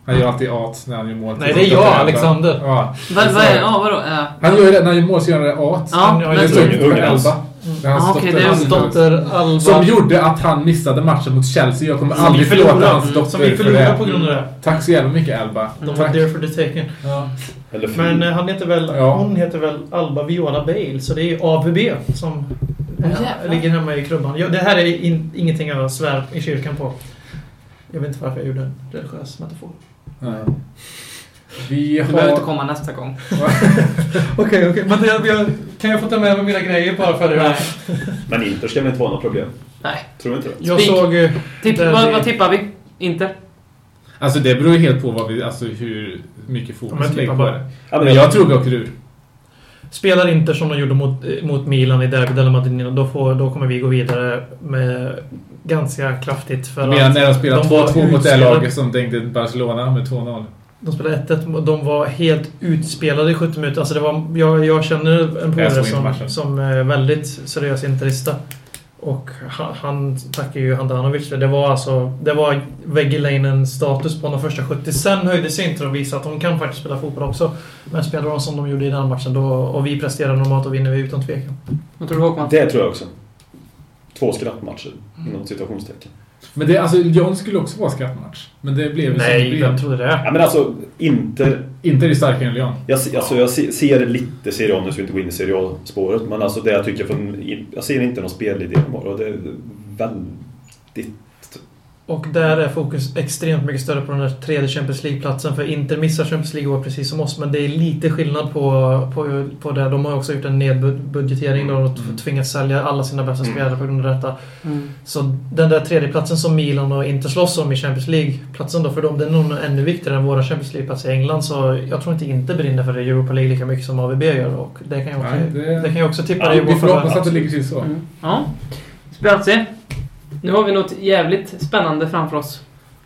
Han gör alltid at när han gör mål. Nej, det är jag, Alexander. Ja. Vad va, ja, vadå? Ja. Han gör det när han gör mål så gör han det at. Ja, han men det står på Elba. Mm. Ah, okay, det är hans dotter Alba. Som gjorde att han missade matchen mot Chelsea. Jag kommer som aldrig förlåta hans dotter. Som vi förlorade på grund av det. Tack så jävla mycket, Alba. De var there for the taking. Ja. Men uh, han heter väl, ja. hon heter väl Alba Viola Bale. Så det är A V B som ja, ligger hemma i krubban. Ja, det här är in, ingenting jag svär i kyrkan på. Jag vet inte varför jag gjorde en religiös metafor. Nej. Vi har... Du behöver inte komma nästa gång. Okej, okej. Men jag, jag, kan jag få ta med mig mina grejer bara för det? Nej. Men Inter ska väl inte vara något problem? Nej. Tror du inte det? Jag Spik. såg... Tipp, vad, vad tippar vi? Inter? Alltså det beror ju helt på vad vi, alltså hur mycket fokus ja, lägger på det. Ja, men jag, jag tror vi åker ur. Spelar Inter som de gjorde mot, mot Milan i Derby della Madonnina, då, får, då kommer vi gå vidare med ganska kraftigt. För men när de spelade de två två mot det laget som tänkte Barcelona med två noll. De spelade ett ett, de var helt utspelade i sjuttio minuter. Alltså det var, jag, jag känner en polare som, som är väldigt seriös interista. Och han, han tackar ju Handanovic. Det var alltså, det var Vegilainen status på de första sjuttio. Sen höjde sig inte och visade att de kan faktiskt spela fotboll också. Men spelar de som de gjorde i den matchen då, och vi presterar normalt och vinner vi utan tvekan. Vad tror du, Håkman? Det tror jag också. Två skrattmatcher inom situationstecken. Men det, alltså, John skulle också vara skrattmatch. Men det blev ju Nej, som vem trodde det? Ja, men alltså, Inter... Inter är starkare än Lyon. Jag, alltså, jag ser lite Serie A nu så vi inte går in i Serie A-spåret. Men alltså det jag tycker från... Jag ser inte någon spelidé bara. Det är väldigt... Och där är fokus extremt mycket större på den där tredje Champions League-platsen. För Inter missar Champions League precis som oss. Men det är lite skillnad på, på, på det. De har också gjort en nedbudgetering och mm. tvingats sälja alla sina bästa mm. spelare på grund av detta. Mm. Så den där tredje platsen som Milan och Inter slåss om i Champions League-platsen då för dem, det är nog ännu viktigare än våra Champions League-platser i England. Så jag tror inte Inter brinner för Europa League lika mycket som A V B gör. Och det kan jag också, Nej, det... Det kan jag också tippa. Ja, vi får hoppas att det ligger till så. Mm. Ja, spännande. Nu har vi något jävligt spännande framför oss.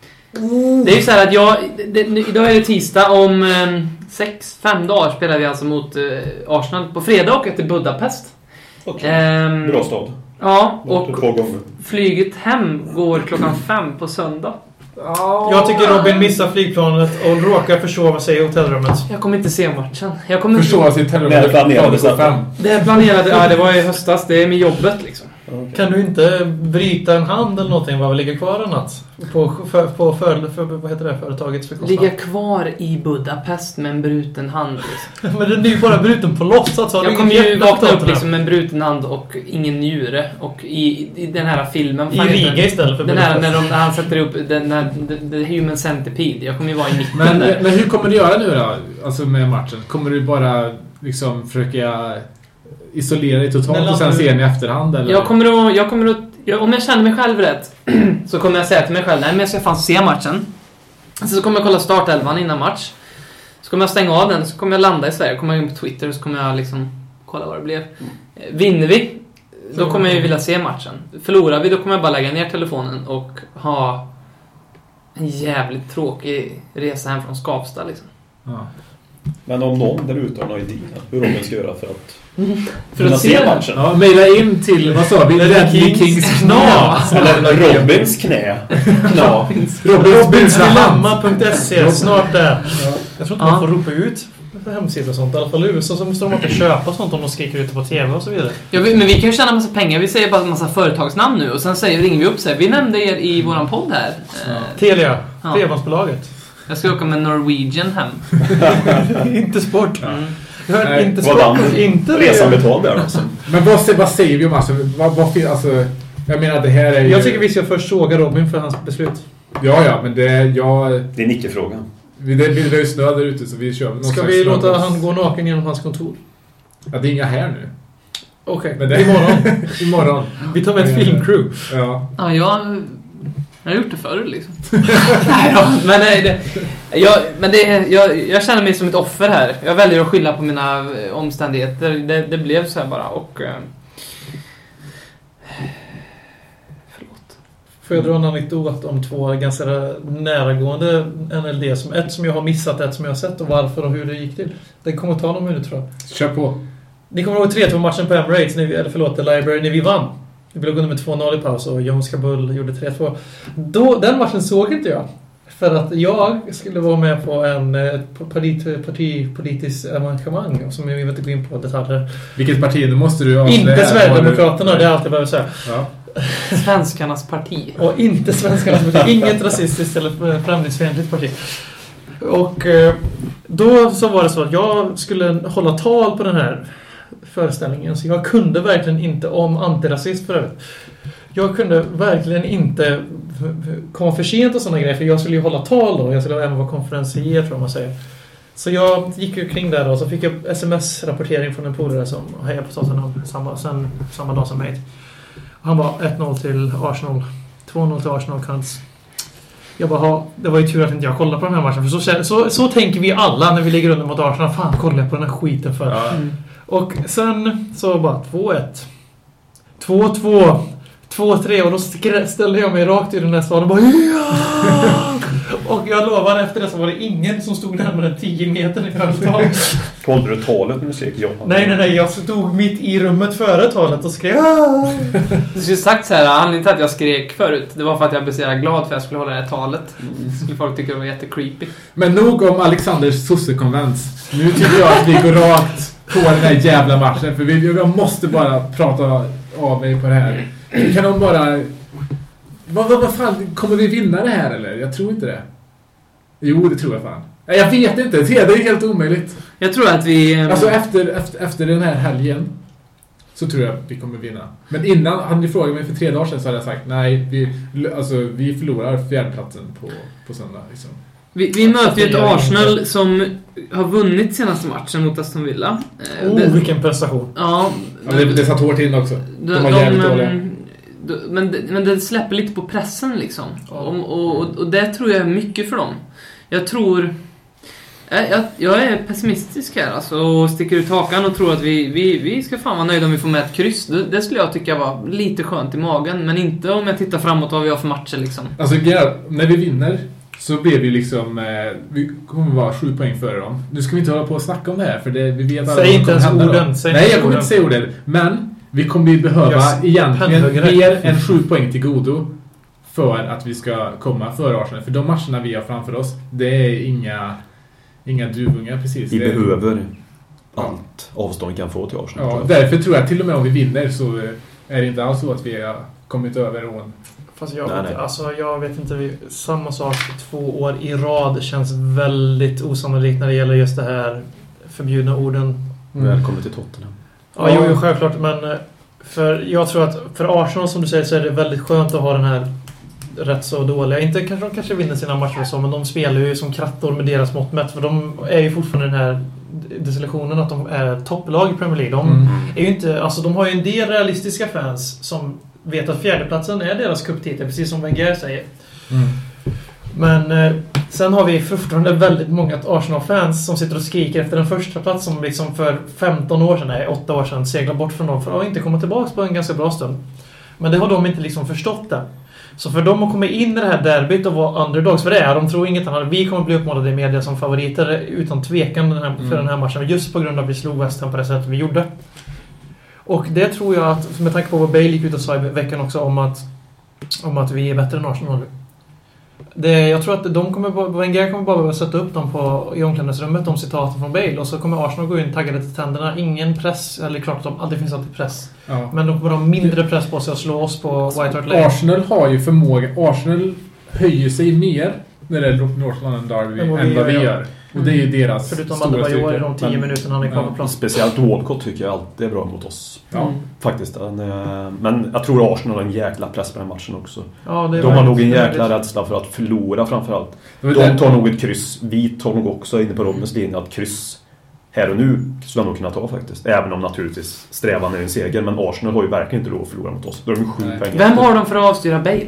Mm. Det är ju så här att jag... Det, idag är det tisdag. Om eh, sex, fem dagar spelar vi alltså mot eh, Arsenal. På fredag åker jag till Budapest. Okay. Ehm, Bra stad. Ja, och flyget hem går klockan fem på söndag. Oh. Jag tycker Robin missar flygplanet och råkar försova sig i hotellrummet. Jag kommer inte se matchen. Jag kommer försova inte... sig i hotellrummet. Det planerade så fem. Det planerade, ja det var i höstas. Det är med jobbet liksom. Okay. Kan du inte bryta en hand eller någonting vad ligger kvar en natt? På, för, på för, för, vad heter det, företagets bekostnad? Ligga kvar i Budapest med en bruten hand liksom. Men den är ju bara bruten på låtsas. Jag kommer ju vakna upp liksom med en bruten hand och ingen njure. Och i, i den här filmen... I Riga istället för den här, när, de, när han sätter upp den här, the, the Human Centipede. Jag kommer ju vara i mitten men, där. Men hur kommer du göra nu då? Alltså med matchen? Kommer du bara liksom försöka... isolera dig totalt och sen se en i efterhand eller? Jag kommer att, jag kommer att jag, om jag känner mig själv rätt så kommer jag säga till mig själv nej men jag ska fan se matchen. Så kommer jag kolla startelvan innan match. Så kommer jag stänga av den, så kommer jag landa i Sverige, kommer jag in på Twitter och så kommer jag liksom kolla vad det blev. Vinner vi då kommer jag ju vilja se matchen. Förlorar vi då kommer jag bara lägga ner telefonen och ha en jävligt tråkig resa hem från Skavsta liksom. Ja. Men om någon där ute har någon idé hur de ska göra för att mm. för att se matchen. Ja, mejla in till vad sa vi? Red Kings knä. Eller Robins knä. Kna. Robins dilemma punkt se snart där. Ja. Jag tror inte ja. man får ropa ut på hemsidor och sånt. I alla fall i U S A så måste de inte köpa sånt om de skriker ute på tv och så vidare. Ja, men vi kan ju tjäna massa pengar. Vi säger bara en massa företagsnamn nu och sen säger, ringer vi upp sig. Vi nämnde er i våran podd här. Ja. Telia, ja. Bredbandsbolaget. Jag ska åka med Norwegian hem. Inte sport. Mm. Jag hör inte sport. Inte resan betald där alltså. Men vad, vad säger vi om alltså, vad, vad, alltså jag menar det här är ju... Jag tycker vi ska först såga Robin för hans beslut. Ja, ja, men det jag... Det är en icke-fråga. Det blir ju snö där ute så vi kör. Ska vi låta han gå naken genom hans kontor? Ja, det är inga här nu. Okej, okay. det... imorgon. imorgon. Vi tar med ett filmcrew. Ja. Ja, jag... Jag har gjort det förr liksom. Nej då, men nej, det, jag, men det, jag, jag känner mig som ett offer här. Jag väljer att skylla på mina omständigheter. Det, det blev så här bara och... Eh, förlåt. Får jag dra en anekdot om två ganska närgående N L D som ett som jag har missat, ett som jag har sett och varför och hur det gick till. Det kommer att ta någon minut tror jag. Kör på. Ni kommer ihåg tre två matchen på Emirates, när vi, eller förlåt, The Library, när vi vann. Vi blev under med två noll i paus och Jones Kabul gjorde tre två. Då, den matchen såg inte jag. För att jag skulle vara med på en parti, parti, politisk arrangemang som jag vill inte gå in på detaljer. Vilket parti? Nu måste du avslöja. Inte Sverigedemokraterna, det är allt jag behöver säga. Ja. Svenskarnas parti. Och inte Svenskarnas parti. Inget rasistiskt eller främlingsfientligt parti. Och då så var det så att jag skulle hålla tal på den här föreställningen. Så jag kunde verkligen inte om antirasist för övrigt. Jag kunde verkligen inte komma för sent och sådana grejer. För jag skulle ju hålla tal då. Jag skulle även vara konferencier tror man säger. Så jag gick ju kring där då. Så fick jag sms-rapportering från en polare som hejade på Tottenham samma, sen, samma dag som mig. Och han var ett noll till Arsenal. två noll till Arsenal Kants. Jag bara, det var ju tur att inte jag kollade på den här matchen. För så, så, så tänker vi alla när vi ligger under mot Arsenal. Fan, kollar jag på den här skiten för. Mm. Och sen så bara två ett. två två. två tre och då ställde jag mig rakt i den där staden och bara ja! Och jag lovar efter det så var det ingen som stod närmare än tio meter i övertalet. Hållde du talet när du skrek ja? Nej, nej, nej. Jag stod mitt i rummet före talet och skrek ja! Du skulle sagt så här, anledningen till att jag skrek förut, det var för att jag blev så glad för att jag skulle hålla det här talet. Skulle folk tycka det var jättecreepy. Men nog om Alexanders sossekonvents. Nu tycker jag att vi går rakt på den här jävla matchen. För vi, jag måste bara prata av mig på det här. Kan de bara... Vad, vad, vad fan, kommer vi vinna det här eller? Jag tror inte det. Jo, det tror jag fan. Jag vet inte, det är helt omöjligt. Jag tror att vi... Alltså efter, efter, efter den här helgen så tror jag att vi kommer vinna. Men innan, hade ni frågat mig för tre dagar sedan så hade jag sagt nej, vi, alltså, vi förlorar fjärdeplatsen på, på söndag. Liksom. Vi, vi möter ju ett Arsenal som har vunnit senaste matchen mot Aston Villa. Oh, det, vilken prestation. Ja. ja det, det satt hårt in också. De, de var jävligt dåliga. Men det, men det släpper lite på pressen liksom. Ja. Och, och, och det tror jag är mycket för dem. Jag tror... Jag, jag är pessimistisk här alltså, och sticker ut hakan och tror att vi, vi, vi ska fan vara nöjda om vi får med ett kryss. Det, det skulle jag tycka var lite skönt i magen. Men inte om jag tittar framåt vad vi har för matcher liksom. Alltså när vi vinner så blir vi liksom eh, vi kommer vara sju poäng före dem. Nu ska vi inte hålla på och snacka om det här för det, vi vet alla. Säg inte ens orden. Säg Nej, jag kommer inte säga orden. Men vi kommer ju behöva yes. egentligen mer än sju poäng till godo för att vi ska komma före Arsenal. För de matcherna vi har framför oss, det är inga, inga duvungar precis. Vi det behöver allt avstånd kan få till Arsenal. Ja, därför tror jag till och med om vi vinner så är det inte alls så att vi har kommit över ån. Fast jag, nej, vet, nej. Alltså, jag vet inte, vi, samma sak två år i rad känns väldigt osannolikt när det gäller just det här förbjudna orden. Mm. Välkommen till Tottenham. Ja, jo, jo, självklart, men för jag tror att för Arsenal som du säger så är det väldigt skönt att ha den här rätt så dåliga. Inte kanske de kanske vinner sina matcher och så, men de spelar ju som krattor med deras mått mätt, för de är ju fortfarande den här destinationen att de är topplag i Premier League. De mm. är ju inte, alltså de har ju en del realistiska fans som vet att fjärdeplatsen är deras cuptitel, precis som Wenger säger. Mm. Men eh, sen har vi fortfarande väldigt många Arsenal-fans som sitter och skriker efter den första plats som liksom för femton år sedan, nej, åtta år sedan seglar bort från dem för att inte komma tillbaka på en ganska bra stund. Men det har de inte liksom förstått det. Så för dem att komma in i det här derbyt och vara underdogs, för det är, de tror inget annat. Vi kommer bli uppmålade i media som favoriter utan tvekan den här, för mm. den här matchen, just på grund av att vi slog West Ham på det sättet vi gjorde. Och det tror jag att, med tanke på vad Bale gick ut och sa i veckan också om att, om att vi är bättre än Arsenal. Det, jag tror att de kommer, Wenger kommer bara behöva sätta upp dem på, i omklädningsrummet, de citaten från Bale, och så kommer Arsenal gå in taggade till tänderna. Ingen press, eller klart att de alltid finns alltid press. Ja. Men de kommer ha mindre press på sig att slå oss på White Hart Lane. Arsenal har ju förmåga, Arsenal höjer sig mer när det är North London Derby än vad vi, vi gör. gör. Och det är ju deras förutom stora styrka. Förutom de tio minuterna han är kvar på plats. Speciellt Walcott tycker jag alltid är bra mot oss. Ja. Mm. Faktiskt. Men jag tror Arsenal har en jäkla press på den matchen också. Ja, det de har nog en jäkla rädsla för att förlora framförallt. De tar nog ett kryss. Vi tar nog också inne på Robbens linje att kryss här och nu skulle de nog kunna ta faktiskt. Även om naturligtvis strävan är en seger. Men Arsenal har ju verkligen inte råd att förlora mot oss. Då är de sju poäng. Vem har de för att avstyra Bale?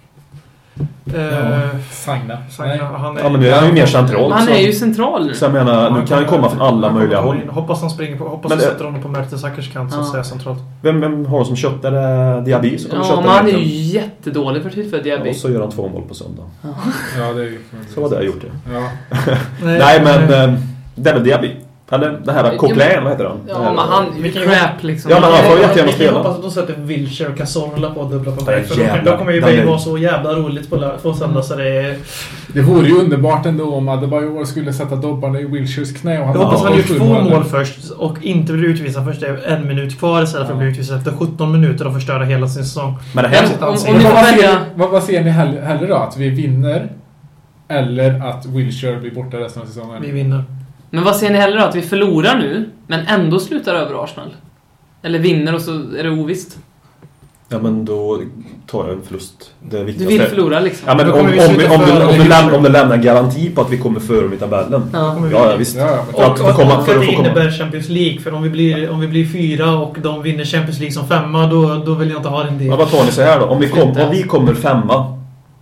Ja, Sagna. Han är, ja, men nu är han ju mer central. Han är ju central nu. Så jag menar, nu kan han komma från alla möjliga håll. Hoppas han springer på, hoppas han sätter honom på Mertesackers kant så ja. Är centralt. Vem, vem har som köttar det? Diaby? Så ja, men han är ju jättedålig för tillfället, Diaby. Ja, och så gör han två mål på söndag. Ja, det är så var det jag gjort det. Ja. Nej, men det är väl Diaby. Eller det här Coquelin, vad heter han? Ja, men han crap liksom. Ja, men han får jättegärna spela. Jag hoppas att de sätter Wilshere och Cazorla på dubbla på mig. För då kommer ju Bale vara så jävla roligt på, på söndag så det är... Det vore ju underbart ändå om Adebayor skulle sätta dobbarna i Wilshires knä. Och han jag hoppas han gjort två mål, mål först och inte blir utvisad först. Det är en minut kvar istället för att bli utvisad efter sjutton minuter och förstöra hela sin säsong. Men det här är om, sitt om, om vad, ser, vad, vad ser ni hellre, hellre då? Att vi vinner eller att Wilshere blir borta resten av säsongen? Vi vinner. Men vad ser ni hellre då? Att vi förlorar nu men ändå slutar över Arsenal? Eller vinner och så är det ovisst? Ja, men då tar jag en förlust. Det är viktigt. Du vill förlora liksom. Ja, men om, om, om, om, du, om, du lämnar, om du lämnar en garanti på att vi kommer före i tabellen. Ja, ja, ja visst. Ja, och, och, och, komma, för att det innebär Champions League. För om vi blir, om vi blir fyra och de vinner Champions League som femma, då, då vill jag inte ha den del. Ja, vad tar ni så här då? Om vi, kom, om vi kommer femma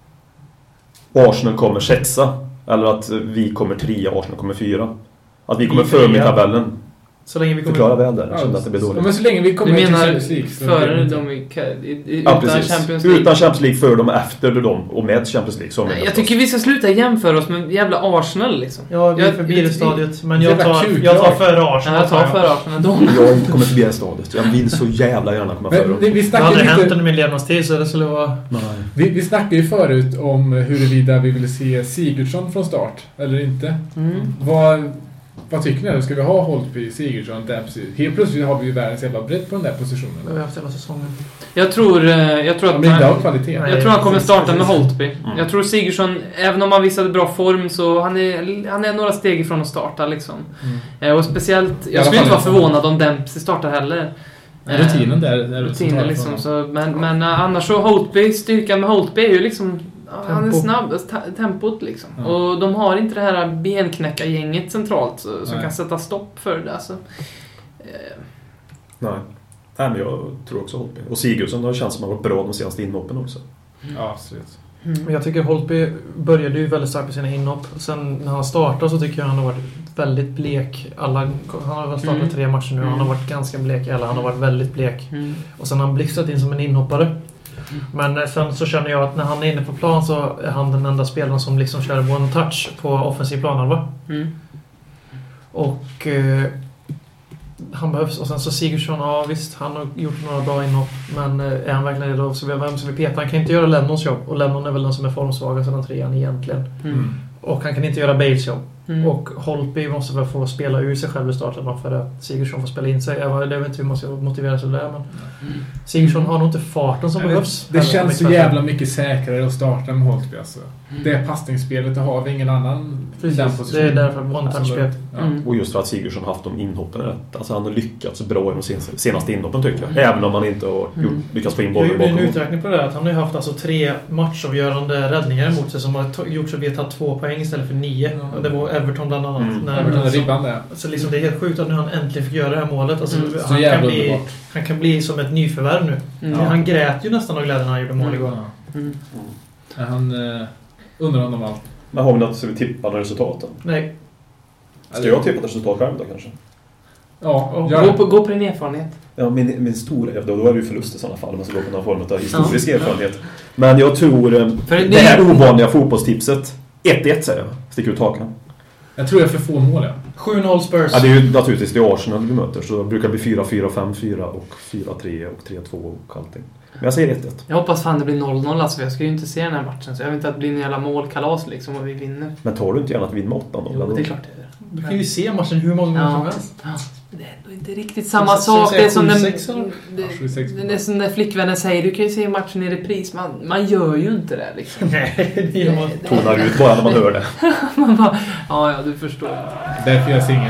och Arsenal kommer sexa. Eller att vi kommer trea och Arsenal kommer fyra. Att vi kommer före i tabellen. Så länge vi kommer... Förklara väl där. Jag kände att det blir dåligt. Men så länge vi kommer till Champions League. Före dem i, i, i, ja, utan Champions League. Utan Champions League för dem efter dem och med Champions League. Så Nej, jag tycker vi ska sluta jämföra oss med jävla Arsenal liksom. Ja, vi är förbi det stadiet. Men jag tar, jag tar före Arsenal. Ja, jag tar före Arsenal. De. Jag har inte kommit förbi det stadiet. Jag vill så jävla gärna komma före dem. Vi, vi det hade lite... hänt under min levnadstid så det skulle vara... Nej. Vi, vi snackade ju förut om huruvida vi ville se Sigurdsson från start. Eller inte. Mm. Vad... Vad tycker ni? Ska vi ha Holtby, Sigurdsson, Dempsey? Helt plötsligt har vi ju världens jävla bredd på den där positionen. Det har vi haft hela säsongen. Jag tror, jag tror att han, han, kvalitet. Jag tror han kommer starta med Holtby. Mm. Jag tror Sigurdsson, även om han visade bra form, så han är, han är några steg ifrån att starta liksom. Mm. Och speciellt, jag skulle inte vara förvånad om Dempsey startar heller. Men rutinen där är rutinen liksom, så, men, men annars så Holtby, styrkan med Holtby är ju liksom... Tempo. Han är snabb, tempot liksom. Ja. Och de har inte det här benknäcka-gänget centralt så, som kan sätta stopp för det. Alltså. Eh. Nej. Nej, men jag tror också Holtby. Och Sigurdsson har känts som att han var bra de senaste inhoppen också. Mm. Ja, absolut. Mm. Men jag tycker Holtby började ju väldigt starkt med sina inhopp. Sen när han startade så tycker jag han har varit väldigt blek. Alla, han har väl startat mm. tre matcher nu. Han har varit ganska blek. Eller han har varit väldigt blek. Mm. Och sen har han blixtrat in som en inhoppare. Men sen så känner jag att när han är inne på plan så är han den enda spelaren som liksom kör one touch på offensiv plan, va? Mm. Och eh, han behövs. Och sen så Sigurdsson, ja visst, han har gjort några bra inhopp. Men eh, är han verkligen redo? Så vem ska vi peta? Han kan inte göra Lennons jobb. Och Lennon är väl den som är formsvagast sedan trean egentligen. Mm. Och han kan inte göra Bales jobb. Mm. Och Holtby måste väl få spela ur sig själv i starten för att Sigurdsson får spela in sig. Jag vet inte hur man ska motivera sig där, men mm. Sigurdsson har nog inte farten som ja, behövs. Det, det känns så jävla mycket säkrare att starta med Holtby alltså. Mm. Det är passningsspelet, det har vi ingen annan. Precis, det är därför one-touch-spel. Ja. Mm. Och just för att Sigurdsson haft de inhoppen rätt. Alltså han har lyckats bra i de senaste inhoppen tycker jag. Mm. Även om han inte har gjort, mm. lyckats få in bollen bakom. Det är en uträkning på det där. Att han har haft alltså tre matchavgörande räddningar emot sig som har gjort så att vi har tagit två poäng istället för nio. Mm. Och det var Everton bland annat. Mm. När Everton, ribban där. Så liksom det är helt sjukt att nu han äntligen fick göra det här målet. Alltså, mm. han, kan bli, han kan bli som ett nyförvärv nu. Mm. Ja. Han grät ju nästan av glädjen när han gjorde mål igår. Mm. Mm. Ja, han uh, undrar om allt. Men har vi något som vi tippar resultaten? Nej. Ska jag tippa resultat själv då kanske? Ja, gå på, gå på din erfarenhet. Ja, min, min stora, då, då är det ju förlust i sådana fall. Man ska gå på någon form av historisk ja. erfarenhet. Men jag tror För det, det här ovanliga fotbollstipset ett ett säger jag. Sticker ut hakan. Jag tror jag får få mål, ja. sju noll Spurs. Ja, det är ju naturligtvis det Arsenal vi möter. Så det brukar bli fyra fyra, fem fyra och fyra tre och tre två och allting. Men jag säger ett ett. Jag hoppas fan det blir noll noll. Alltså, jag ska ju inte se den här matchen. Så jag vill inte att det blir en jävla målkalas liksom och vi vinner. Men tar du inte gärna att vinna åtta noll? Jo, det är klart det är. Du kan ju se matchen hur många gånger ja. som helst. Ja. Det är ändå inte riktigt samma sak. Det är som den, det, det är som när flickvännen säger du kan ju se matchen i repris. Man, man gör ju inte det liksom. Nej, det gör man. Tonar ut bara när man hör det. Man bara, ja, ja, du förstår. Därför jag singel.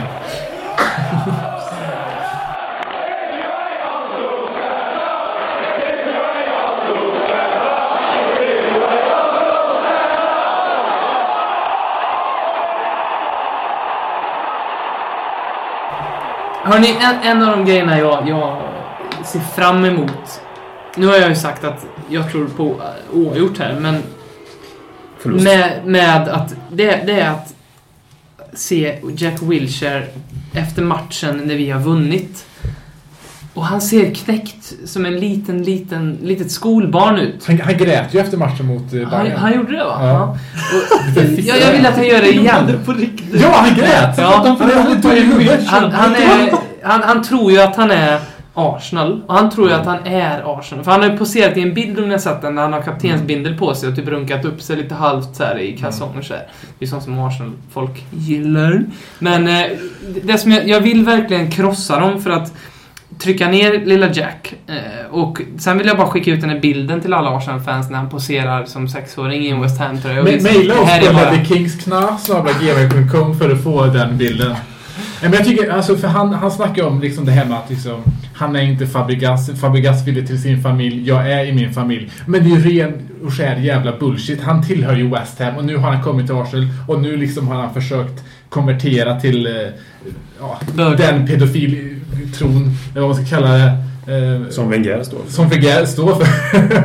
Hörrni, en, en av de grejerna jag, jag ser fram emot. Nu har jag ju sagt att jag tror på oavgjort här, men med, med att det, det är att se Jack Wilshere efter matchen när vi har vunnit Och han ser knäckt som en liten, liten, litet skolbarn ut. Han, han grät ju efter matchen mot Bayern. Han, han gjorde det, va? Ja. Ja. Och, jag, jag vill att han gör det igen. På riktigt. Ja, han grät! Ja. Han, Han, han, är, han, han tror ju att han är Arsenal. Och han tror ju att han är Arsenal. För han har ju poserat i en bild om ni har sett den, där han har kaptensbindel på sig och typ runkat upp sig lite halvt så här i kalsonger så här. Det är sånt som Arsenal-folk gillar. Men eh, det som jag, jag vill verkligen krossa dem för att trycka ner lilla Jack. Eh, och sen vill jag bara skicka ut den här bilden till alla Arsenal-fans när han poserar som sexåring i en West Ham-tröja. Maila oss på The Kings Kna snabla gmail punkt com för att få den bilden. Men jag tycker, alltså, för han, han snackar om liksom det här med att liksom, han är inte Fabregas, Fabregas ville till sin familj, jag är i min familj. Men det är ju ren och skär jävla bullshit. Han tillhör ju West Ham och nu har han kommit till Arsenal och nu liksom har han försökt konvertera till eh, ja, den pedofiltron, eller vad man ska kalla det. Eh, som Wenger står för. Som Wenger står för.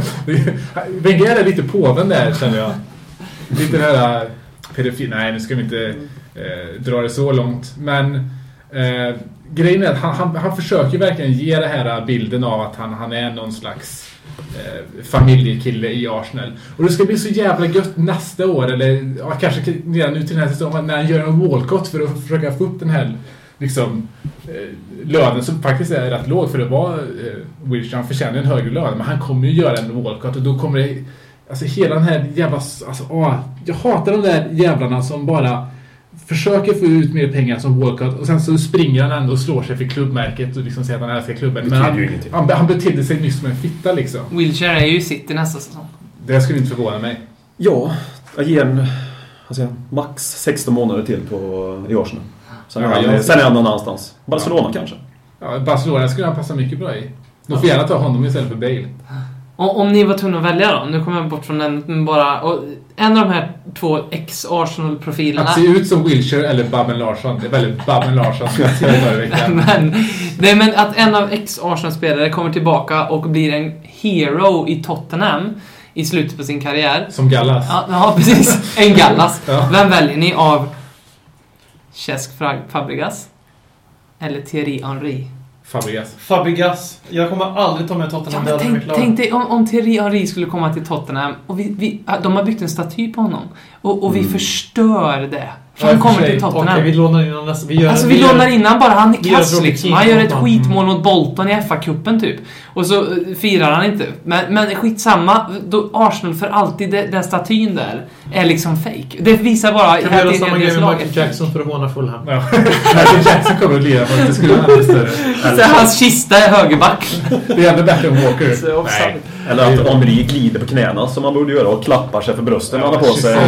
Wenger är lite påven där, känner jag. Lite den här pedofil, nej nu ska vi inte eh, dra det så långt. Men eh, grejen är att han, han, han försöker verkligen ge det här bilden av att han, han är någon slags eh, familjekille i Arsenal. Och det ska bli så jävla gött nästa år, eller ja, kanske redan nu till den här säsongen, när han gör en Walcott för att försöka få upp den här liksom, eh, lönen som faktiskt är rätt låg, för det var eh, Wilshere, han förtjänar en högre lön, men han kommer ju göra en Walcott och då kommer det, alltså hela den här jävla, alltså, åh, jag hatar de där jävlarna som bara försöker få ut mer pengar som Walcott och sen så springer han ändå och slår sig för klubbmärket och liksom säger att han älskar klubben. Men han, han, han betedde sig nyss som en fitta liksom. Wilshere är ju i City nästa säsong. Det skulle inte förvåna mig. Ja, jag ger en alltså, max sexton månader till på i Arsenal. Sen, ja, är, sen är han någon annanstans. Barcelona ja. kanske. Ja, Barcelona skulle han passa mycket bra i. De får gärna ta honom istället för Bale. Om, om ni var tvungna att välja då, nu kommer jag bort från den, men bara, och en av de här två ex-Arsenal-profilerna... Att se ut som Wilshere eller Babben Larsson, det är väldigt Babben Larsson som jag ser varje vecka. men, nej, men att en av ex-Arsenal-spelare kommer tillbaka och blir en hero i Tottenham i slutet på sin karriär. Som Gallas. Ja, ja precis. En Gallas. Ja. Vem väljer ni av Cesc Fabregas eller Thierry Henry? Fabregas. Fabregas. Jag kommer aldrig ta med Tottenham. Ja, tänk, tänk dig om, om Thierry Henry skulle komma till Tottenham och vi, vi, de har byggt en staty på honom och, och vi mm. förstör det. För ja, han kommer till Tottenham. Okej, vi lånar in nästa. Vi gör, alltså vi, vi lånar in han bara, han är kass liksom. Han gör ett skitmål mot Bolton i F A-cupen typ. Och så uh, firar han inte. Men, men skitsamma, då Arsenal för alltid, det, den statyn där är liksom fake. Det visar bara... Kan vi göra samma grej med Michael Jackson för att håna Fulham? Ja. Michael Jackson kommer att lira för att det skulle vara ännu större. Så hans kista är högerback. Det är ändå bättre än Walker. Så, nej. Eller att Henry glider på knäna som man borde göra och klappar sig för brösten. Ja, han har på sig...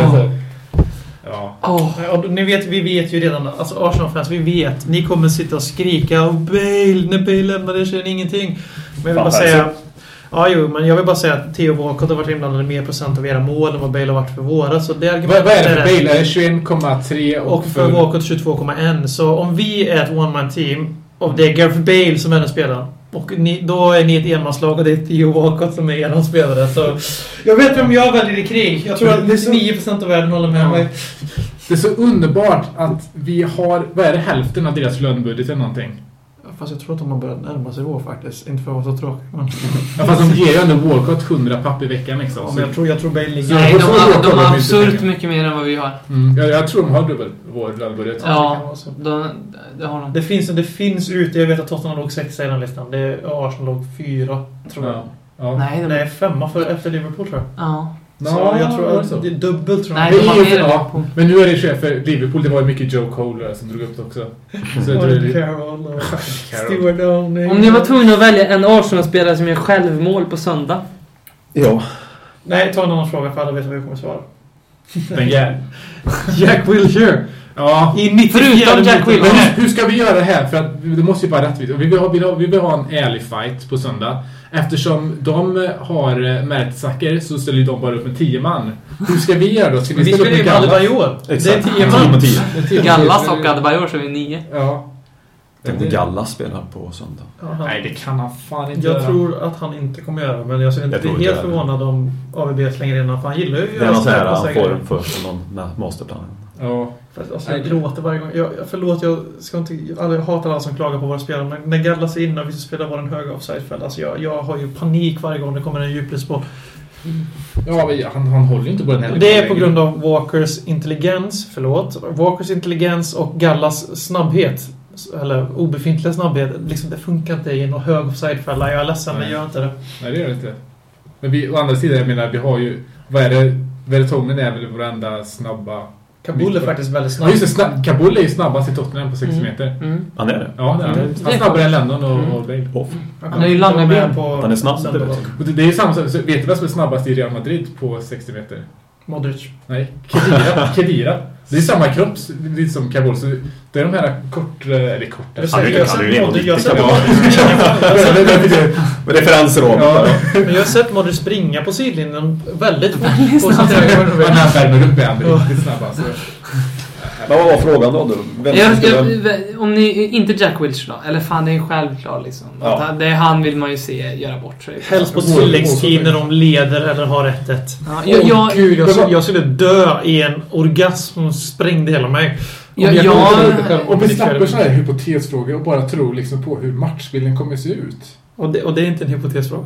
Ja. Oh. Och ni vet, vi vet ju redan, alltså Arsenal-fans, vi vet, ni kommer sitta och skrika och Bale, när Bale lämnar det känner ingenting. Men jag vill bara säga, ja jo, men jag vill bara säga att Theo Walcott har varit inblandad mer procent av era mål än vad Bale har varit för våra. Så det vad, vad är det för Bale? Är det tjugoett komma tre och, och för, för Walcott tjugotvå komma ett. Så om vi är ett one-man-team och det är Gareth Bale som är den spelaren, och ni, då är ni ett enmanslag och det är Theo Walcott som är en spelare. Så jag vet vem jag väljer i krig. Jag tror att nio procent av världen håller med ja. mig. Det är så underbart att vi har, vad är det, hälften av deras lönebudget eller någonting. Fast jag tror att de har börjat närma sig vår faktiskt. Inte för att vara så tråkig. Men... ja, fast de ger ju ändå Walcott hundra papp i veckan liksom. Ja, men jag tror, jag tror Bale ligger... Nej, de har, de har absurt mycket mer än vad vi har. Mm. Jag, jag tror de har dubbel vår lönebudget. Ja, de, det har de. Det finns, det finns ute, jag vet att Tottenham låg sexa i den listan. Det är Arsenal låg fyra, tror jag. Ja. Ja. Nej, de... Nej, femma för, efter Liverpool tror jag. Ja. Så no, jag tror att det är dubbelt tror jag. Nej, de har mer ja, men nu är det chef för Liverpool. Det var ju mycket Joe Cole som drog upp det också. Så det är Carroll och Stewart Downing. Om ni var tvungna att välja en Arsenal-spelare som gör självmål på söndag. Ja. Nej, ta en annan fråga för alla vet vad vi kommer svara. Wenger. Jack Wilshere. Ja, i förutom Jack Wilshere. Hur, hur ska vi göra det här? För att det måste ju vara rättvist. Vi vill ha, vi vill ha, vi vill ha en ärlig fight på söndag. Eftersom de har Mertzacker så ställer ju de bara upp med tio man. Hur ska vi göra då? Ska vi, vi ställa upp med Gallas? Adebayor. Det är tio man. tio. Gallas och Adebayor så är vi nio. Ja. Tänk på Gallas spelar på söndag. Aha. Nej, det kan han fan inte jag göra. Jag tror att han inte kommer göra, men jag ser inte jag helt förvånad om A V B slänger in honom, för han gillar ju... Det är någon sån här form först som någon masterplan. Ja. För, alltså, jag gråter varje gång. Jag, förlåt, jag ska inte... Jag hatar alla som klagar på våra spelare. Men när Gallas är inne och vi spelar bara en hög offside-fälla. Alltså jag, jag har ju panik varje gång det kommer en djupledsboll. Mm. Ja, men han, han håller ju inte på den här. Det är på grund av Walkers intelligens. Förlåt. Walkers intelligens och Gallas snabbhet. Eller obefintliga snabbhet. Liksom, det funkar inte i en hög offside-fälla. Jag är ledsen, men gör inte det. Nej, det gör det inte. Men vi, å andra sidan, jag menar, vi har ju... Vad är det? Vertongen är väl vår enda snabba... Kabul är faktiskt väldigt snabb. Ja, just det, snabb. Kabul är ju snabbast i Tottenham på sextio meter. Mm. Mm. Han är det? Ja, det är han. Han är snabbare än London och, mm. och Bale. Oh. Han, han är ju långa ben på... Han är snabb. Det, det är ju samma sak. Vet du vad som är snabbast i Real Madrid på sextio meter? Modric. Nej, Kedira. Kedira. Det är samma kropp lite som Kabul. Så det är de här kort... Eller korta. Jag har sett Modric. Jag har sett referenser om. Ja. Men jag har sett Modric springa på sidlinjen väldigt fort. Han värmer upp igen riktigt snabbt. Men vad var frågan då? Vem jag, jag, om ni, inte Jack Wilshere då? Eller fan, det är ju självklart liksom. Ja. Att det är han vill man ju se göra bort sig. Helst på tilläggstid när de leder eller har ett ett. Ja, jag, jag, oh, Gud, jag, skulle, jag skulle dö i en orgasm som sprängde hela mig. Ja, jag ja, och vi släpper så här hypotesfrågor och bara tror liksom på hur matchbilden kommer se ut. Och det, och det är inte en hypotesfråga.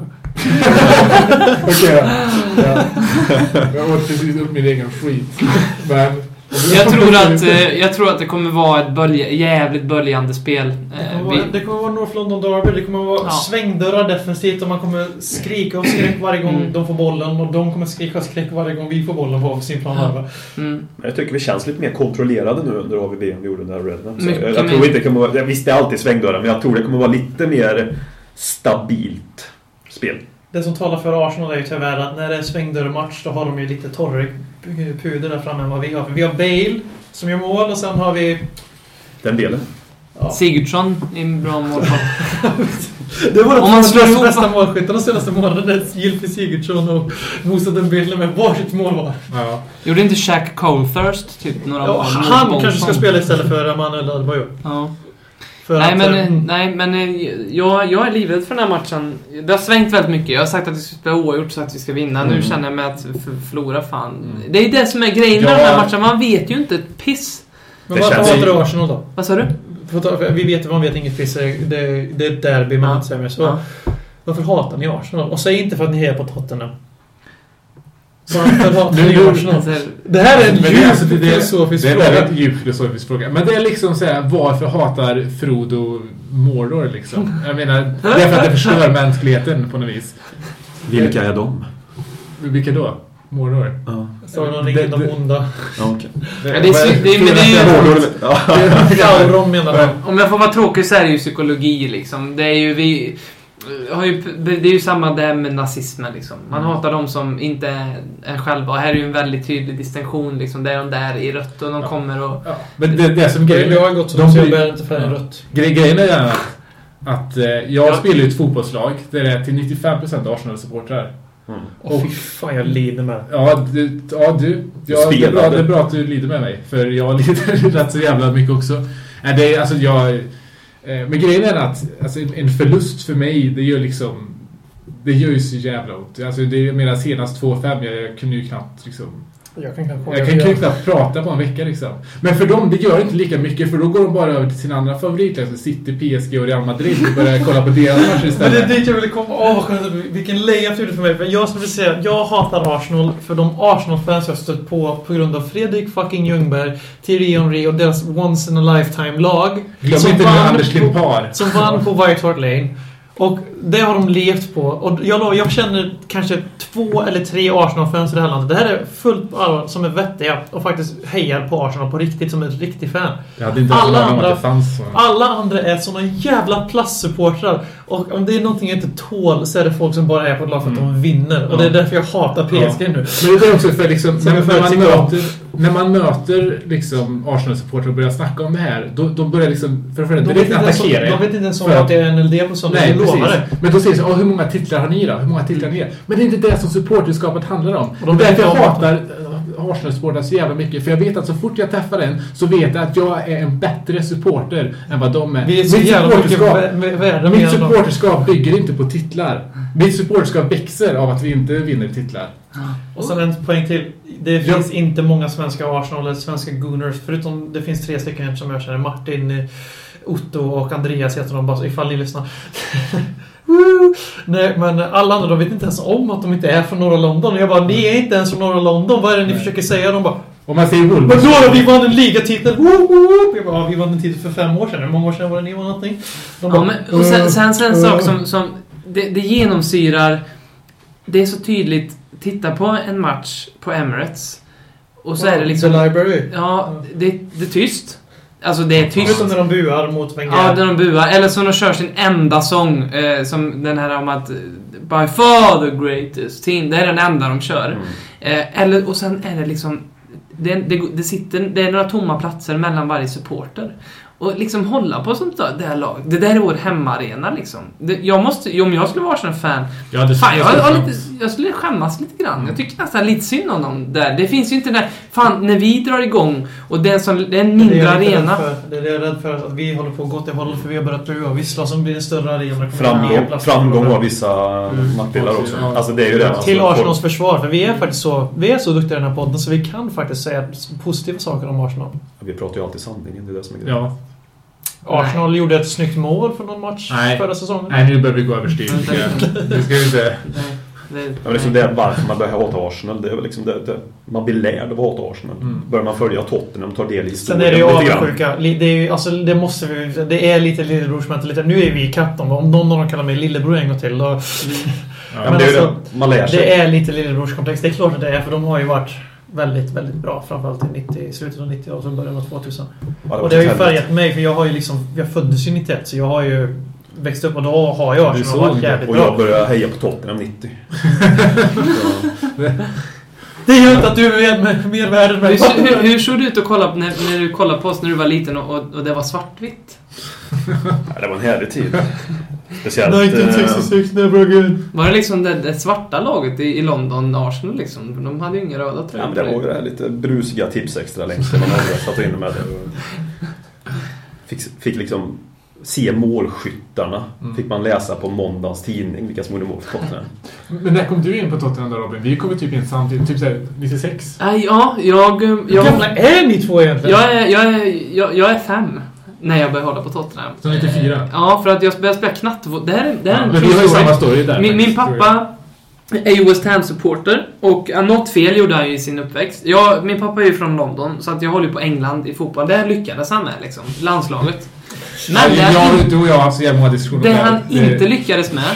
Okej, ja. Jag åt precis upp min egen skit. Men... Jag tror, att, jag tror att det kommer vara ett bölj, jävligt böljande spel. Det kommer vara, det kommer vara North London Derby. Det kommer vara ja. svängdörrar defensivt. Och man kommer skrika och skräck varje gång mm. de får bollen. Och de kommer skrika och skräck varje gång vi får bollen på sin plan. Mm. Jag tycker vi känns lite mer kontrollerade nu under A V B än vi gjorde den här Redden. Jag, jag tror inte det kommer vara... Jag visste alltid svängdörrar. Men jag tror det kommer vara lite mer stabilt spel. Det som talar för Arsenal är ju tyvärr att när det är svängdörrmatch då har de ju lite torrig puder där framme än vad vi har. För vi har Bale som gör mål och sen har vi... Den delen. Ja. Sigurdsson är en bra målskytt. Det var de två bästa målskyttarna de senaste månaderna. Gylfi Sigurdsson och Moussa Dembélé med varsitt mål var. Ja. Gjorde inte Shaq Colthurst typ några ja, mål? Han kanske ska spela istället för Emanuel Adebayor. Ja. För nej, att, men, äh, nej, men jag, jag är livrädd för den här matchen. Det har svängt väldigt mycket. Jag har sagt att vi ska spela oavgjort så att vi ska vinna. Mm. Nu känner jag mig att förlora fan. Mm. Det är det som är grejen med ja. den här matchen. Man vet ju inte ett piss. Men varför hatar du Arsenal då? Vad sa du? Vi vet man vet inget piss. Det, det är ett derby man inte säger med. Så ja. Varför hatar ni Arsenal? Och säg inte för att ni är på Tottenham. Varför hatar ni Arsenal? Det här är en djup filosofisk fråga. Det är en djup filosofisk fråga. Men det är liksom så här, varför hatar Frodo Mordor liksom? Jag menar, det är för att det förstör mänskligheten på något vis. Vilka är de? Vilka då? Mordor? Ja. Så någon riktigt de onda. Ja, okej. Det är Sauron menar jag. Om jag får vara tråkig så är det ju psykologi liksom. Det är ju vi... Har ju, det är ju samma där med nazismen liksom. Man mm. hatar de som inte är själva. Och här är ju en väldigt tydlig distinktion liksom. Det är de där i rött och de ja. kommer och... Ja. Men det, det är som grejen... Jag har gått så de, så jag bär inte för en rött. Gre- grejen är gärna att, att eh, jag ja. spelar ju ett fotbollslag där det är till nittiofem procent Arsenal-supportrar. Mm. Och fy fan, jag lider med. Ja, du, ja, du, ja, det, är bra, det är bra att du lider med mig. För jag lider rätt så jävla mycket också. Det är, alltså jag... Men grejen är att alltså, en förlust för mig, det gör liksom det gör ju så jävla ont. Alltså det är mina senast två fem jag, jag kunde ju knappt liksom jag kan knappt, jag kan jag knappt prata på en vecka liksom. Men för dem det gör inte lika mycket för då går de bara över till sina andra favoriter alltså City, P S G och Real Madrid och börjar kolla på deras matcher istället. Men det är dit jag ville komma. Åh, vilken layup gjorde för mig. Men jag skulle säga jag hatar Arsenal för de Arsenal-fans jag stött på på grund av Fredrik fucking Ljungberg, Thierry Henry och deras once in a lifetime lag. Glöm inte nu Anders Limpar som vann på White Hart Lane. Och det har de levt på. Och jag, jag känner kanske två eller tre Arsenal-fans i det här landet. Det här är fullt på alla som är vettiga och faktiskt hejar på Arsenal på riktigt som ett riktigt fan. Alla andra, alla andra är såna jävla plastsupportrar. Och om det är någonting jag inte tål så är det folk som bara är på ett lag för att mm. de vinner. Och ja. det är därför jag hatar P S G ja. nu. Men det är också för liksom, när, när, man möter, när man möter liksom Arsenal-supportrar och börjar snacka om det här, då, då börjar liksom för, för, de, vet inte som, de vet inte ens om att det är en L D på sånt. Nej, men då säger de, hur många titlar har ni då? Hur många titlar har ni? Men det är inte det som supporterskapet handlar om. Och de därför jag hatar Arsenal-supportrar så jävla mycket. För jag vet att så fort jag träffar en så vet jag att jag är en bättre supporter än vad de är. Vi är så mitt supporterskap, mitt supporterskap bygger inte på titlar. Mitt supporterskap växer av att vi inte vinner titlar. Och sen en poäng till. det finns ja. inte många svenska Arsenal eller svenska Gunners, förutom det finns tre stycken som jag känner. Martin, Otto och Andreas heter de, bara ifall ni lyssnar. Nej, men alla andra, de vet inte ens om att de inte är från norra London. Och jag bara, ni är inte ens från norra London. Vad är det ni Nej. försöker säga? De bara, om man säger Wolves. Men då har vi vann en ligatitel. Jag bara, ja, vi vann en titel för fem år sedan. Hur många år sedan var det ni var någonting? De bara, ja, men, och sen, sen, sen en sak som, som det, det genomsyrar. Det är så tydligt. Titta på en match på Emirates. Och så ja, är det liksom... The Library. Ja, det, det är tyst. Alltså det är tyst. Utom när de buar mot Wenger. Ja, när de buar. Eller så de kör sin enda sång. Eh, som den här om att by far the greatest team. Det är den enda de kör. Mm. Eh, eller, och sen är det liksom... Det, det, det, sitter, det är några tomma platser mellan varje supporter. Och liksom hålla på sånt där, det här laget. Det där är vår hemmaarena liksom. Det, jag måste, om jag skulle vara en fan, ja, det fan, jag, jag, lite, jag skulle skämmas lite grann. Jag tycker nästan lite synd om dem där. Det finns ju inte där, fan, när vi drar igång och det är, som, det är en mindre det är arena. För, det är det jag är rädd för, att vi håller på att gå till hållet för vi har börjat bua och vissla som blir en större arena. Framgång, framgång av vissa mm. nackdelar också. Ja. Alltså det är ju det. Till Arsenals försvar, för vi är faktiskt så, vi är så duktiga i den här podden så vi kan faktiskt säga positiva saker om Arsenal. Vi pratar ju alltid sanningen, det är det som är grejen. Ja. Arsenal Nej. gjorde ett snyggt mål för någon match Nej. förra säsongen. Nej, nu börjar vi gå över styr. Det ska vi inte... Det, ja, liksom det är varför man börjar hata Arsenal. Det är liksom det, det, man blir lärd av att hata Arsenal. Mm. Börjar man följa Tottenham och tar del i historien. Sen är det ju avundsjuka. Det är ju, alltså, det måste vi, det är lite lillebrorsmentalitet. Nu är vi i kapp dem. Om någon av dem kallar mig lillebror en gång till. Då, mm. ja, men det, är alltså, det, man lär sig. Det är lite lillebrorskomplex. Det är klart att det är. För de har ju varit väldigt, väldigt bra. Framförallt i nittio, slutet av nittio och så början av tvåtusen. Ja, det och det har ju färgat mig. För jag har ju liksom, jag föddes ju nittioett. Så jag har ju växt upp och då har jag Arsenal varit jävligt bra. Och jag började heja på Tottenham nittio. Det gör inte att du är med mer världen. Hur, hur, hur såg du ut att kolla när, när du kollade på oss när du var liten och, och det var svartvitt? Ja, det var en härlig tid. Speciellt... nittonhundrasextiosex, never again. Var det liksom det, det svarta laget i, i London, Arsenal liksom? De hade ju inga röda tröjor. Ja, men det var det lite brusiga tips extra längs. Man hade satt in med det. Fick, fick liksom... se målskyttarna. Mm. Fick man läsa på måndagens tidning vilka som gjorde mål för Tottenham. Men när kom du in på Tottenham då, Robin? Vi kom typ in samtidigt, typ såhär nittiosex. Äh, ja, jag... jag Hur gamla är ni två egentligen? Jag är, jag, är, jag, jag är fem när jag började hålla på Tottenham. Så nittiofyra? Ja, för att jag började spela knatt. Det här, det här ja, är en men vi har ju samma story där. Min, min pappa är ju West Ham-supporter och något fel gjorde han ju i sin uppväxt. Jag, min pappa är ju från London så att jag håller på England i fotboll. Det lyckades han med liksom, landslaget. Men ja, jag, du och jag har så jävla många diskussioner. Det han inte lyckades med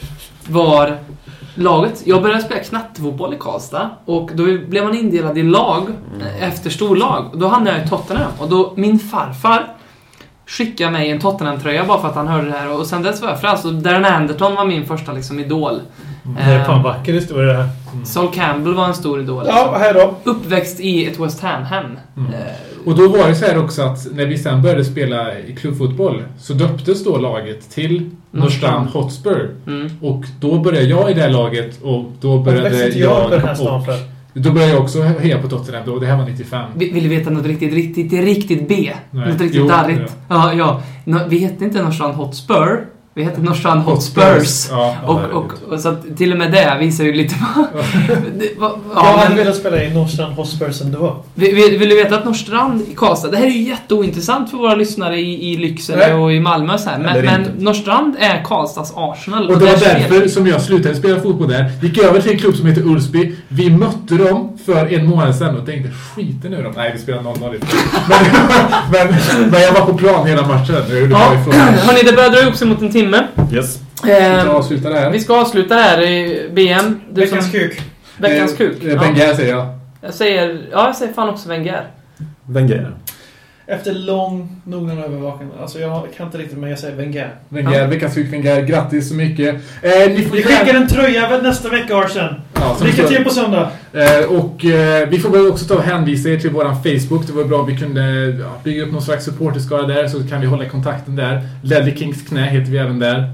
var laget. Jag började spela knattfotboll i Karlstad och då blev man indelad i lag efter storlag. Då hamnade jag i Tottenham och då min farfar skickade mig en Tottenham-tröja bara för att han hörde det här och sen dess var jag frälst. Och Darren Anderton var min första liksom idol. Det är fan vacker historia det här. Mm. Sol Campbell var en stor idol. Ja, här då. Uppväxt i ett West Ham-hem. Mm. Och då var det så här också att när vi sen började spela i klubbfotboll så döptes då laget till Norrstrand Hotspur. Mm. Och då började jag i det här laget och då började jag, jag och då började jag också heja på Tottenham då. Det här var nittiofem. Vill du veta något riktigt, riktigt, riktigt B? Nej. Något riktigt jo, darrigt. Ja, ja. No, vi hette inte Norrstrand Hotspur. Vi heter Norrstrand Hotspurs. Ja, och, och, och, och så att till och med det visar ju lite vad... ja, jag hade velat spela i Norrstrand Hotspurs ändå. Vill, vill, vill du veta att Norrstrand i Karlstad, det här är ju jätteointressant för våra lyssnare i, i Lycksele och i Malmö så här. Men, men Norrstrand är Karlstads Arsenal. Och, och det var därför spelar. som jag slutade spela fotboll där. Gick över till en klubb som heter Ulsby. Vi mötte dem för en månad sedan och tänkte, skiten nu dem. Nej, vi spelar noll noll. men, men, men jag var på plan hela matchen. Ja. Hörrni, det börjar dra ihop sig mot en timme. Yes. Eh, vi ska avsluta det här. Vi ska avsluta det här i B M. Du Veckans som... kuk. Veckans kuk. Eh, Wenger ja. säger jag. Jag säger, ja, jag säger fan också Wenger. Wenger. Efter lång noggrann övervakning. Alltså jag kan inte riktigt, men jag säger Wenger. Wenger, ja. Veckans kuk Wenger. Grattis så mycket. Eh, ni får vi skickar en tröja väl nästa vecka, Arsen. Ja, lycka till på söndag. Eh, och eh, vi får väl också ta och hänvisa er till våran Facebook. Det var bra om vi kunde ja, bygga upp någon slags supporterskara där, så kan vi hålla kontakten där. Ledley Kings knä heter vi även där.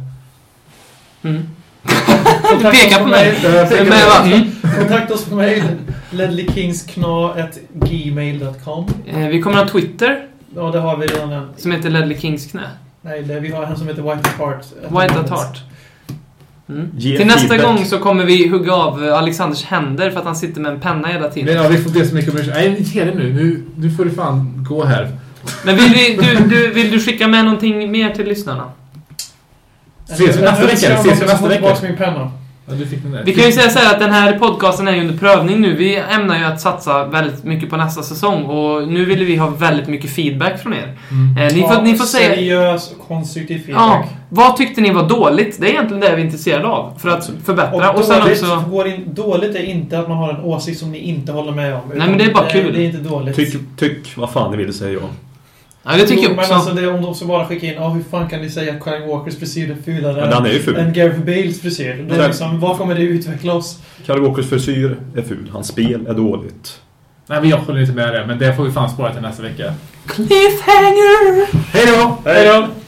Mm. Peka på mig. Kontakt oss på mig. ledleykingskna at gmail dot com. eh, Vi kommer ha Twitter. Ja, det har vi redan en. Som heter Ledley Kings knä. Nej, det, vi har en som heter White at Heart. White at Heart. Mm. Till nästa gång så kommer vi hugga av Alexanders händer för att han sitter med en penna hela tiden. Men ja, vi får be så mycket om. Nej, ge det nu. nu. Nu får du fan gå här. Men vill, vi, du, du, vill du skicka med någonting mer till lyssnarna? Ses vi nästa vecka? Ses vi nästa vecka? Min penna. Ja, du fick den där. Vi kan ju säga så här att den här podcasten är ju under prövning nu. Vi ämnar ju att satsa väldigt mycket på nästa säsong. Och nu vill vi ha väldigt mycket feedback från er. Mm. Eh, ni, ja, får, ni får säga... seriös och konstruktiv feedback. Ja, vad tyckte ni var dåligt? Det är egentligen det vi är intresserade av. För att förbättra. Och, och sen dåligt, också... går in, dåligt är inte att man har en åsikt som ni inte håller med om. Nej, men det är bara kul. Det är inte dåligt. Tyck, tyck vad fan ni vill säga jag. Ja, det tycker jo, jag också. Men alltså, det, om de så bara skickar in, ja, hur fan kan ni säga att Kyle Walkers frisyr är fulare än, är ju ful. än Gareth Bales frisyr? Det är liksom, vad kommer det utveckla oss? Kyle Walkers frisyr är ful, hans spel är dåligt. Nej, men jag håller inte med det, men det får vi fan spara till nästa vecka. Cliffhanger! Hej då! Hej då!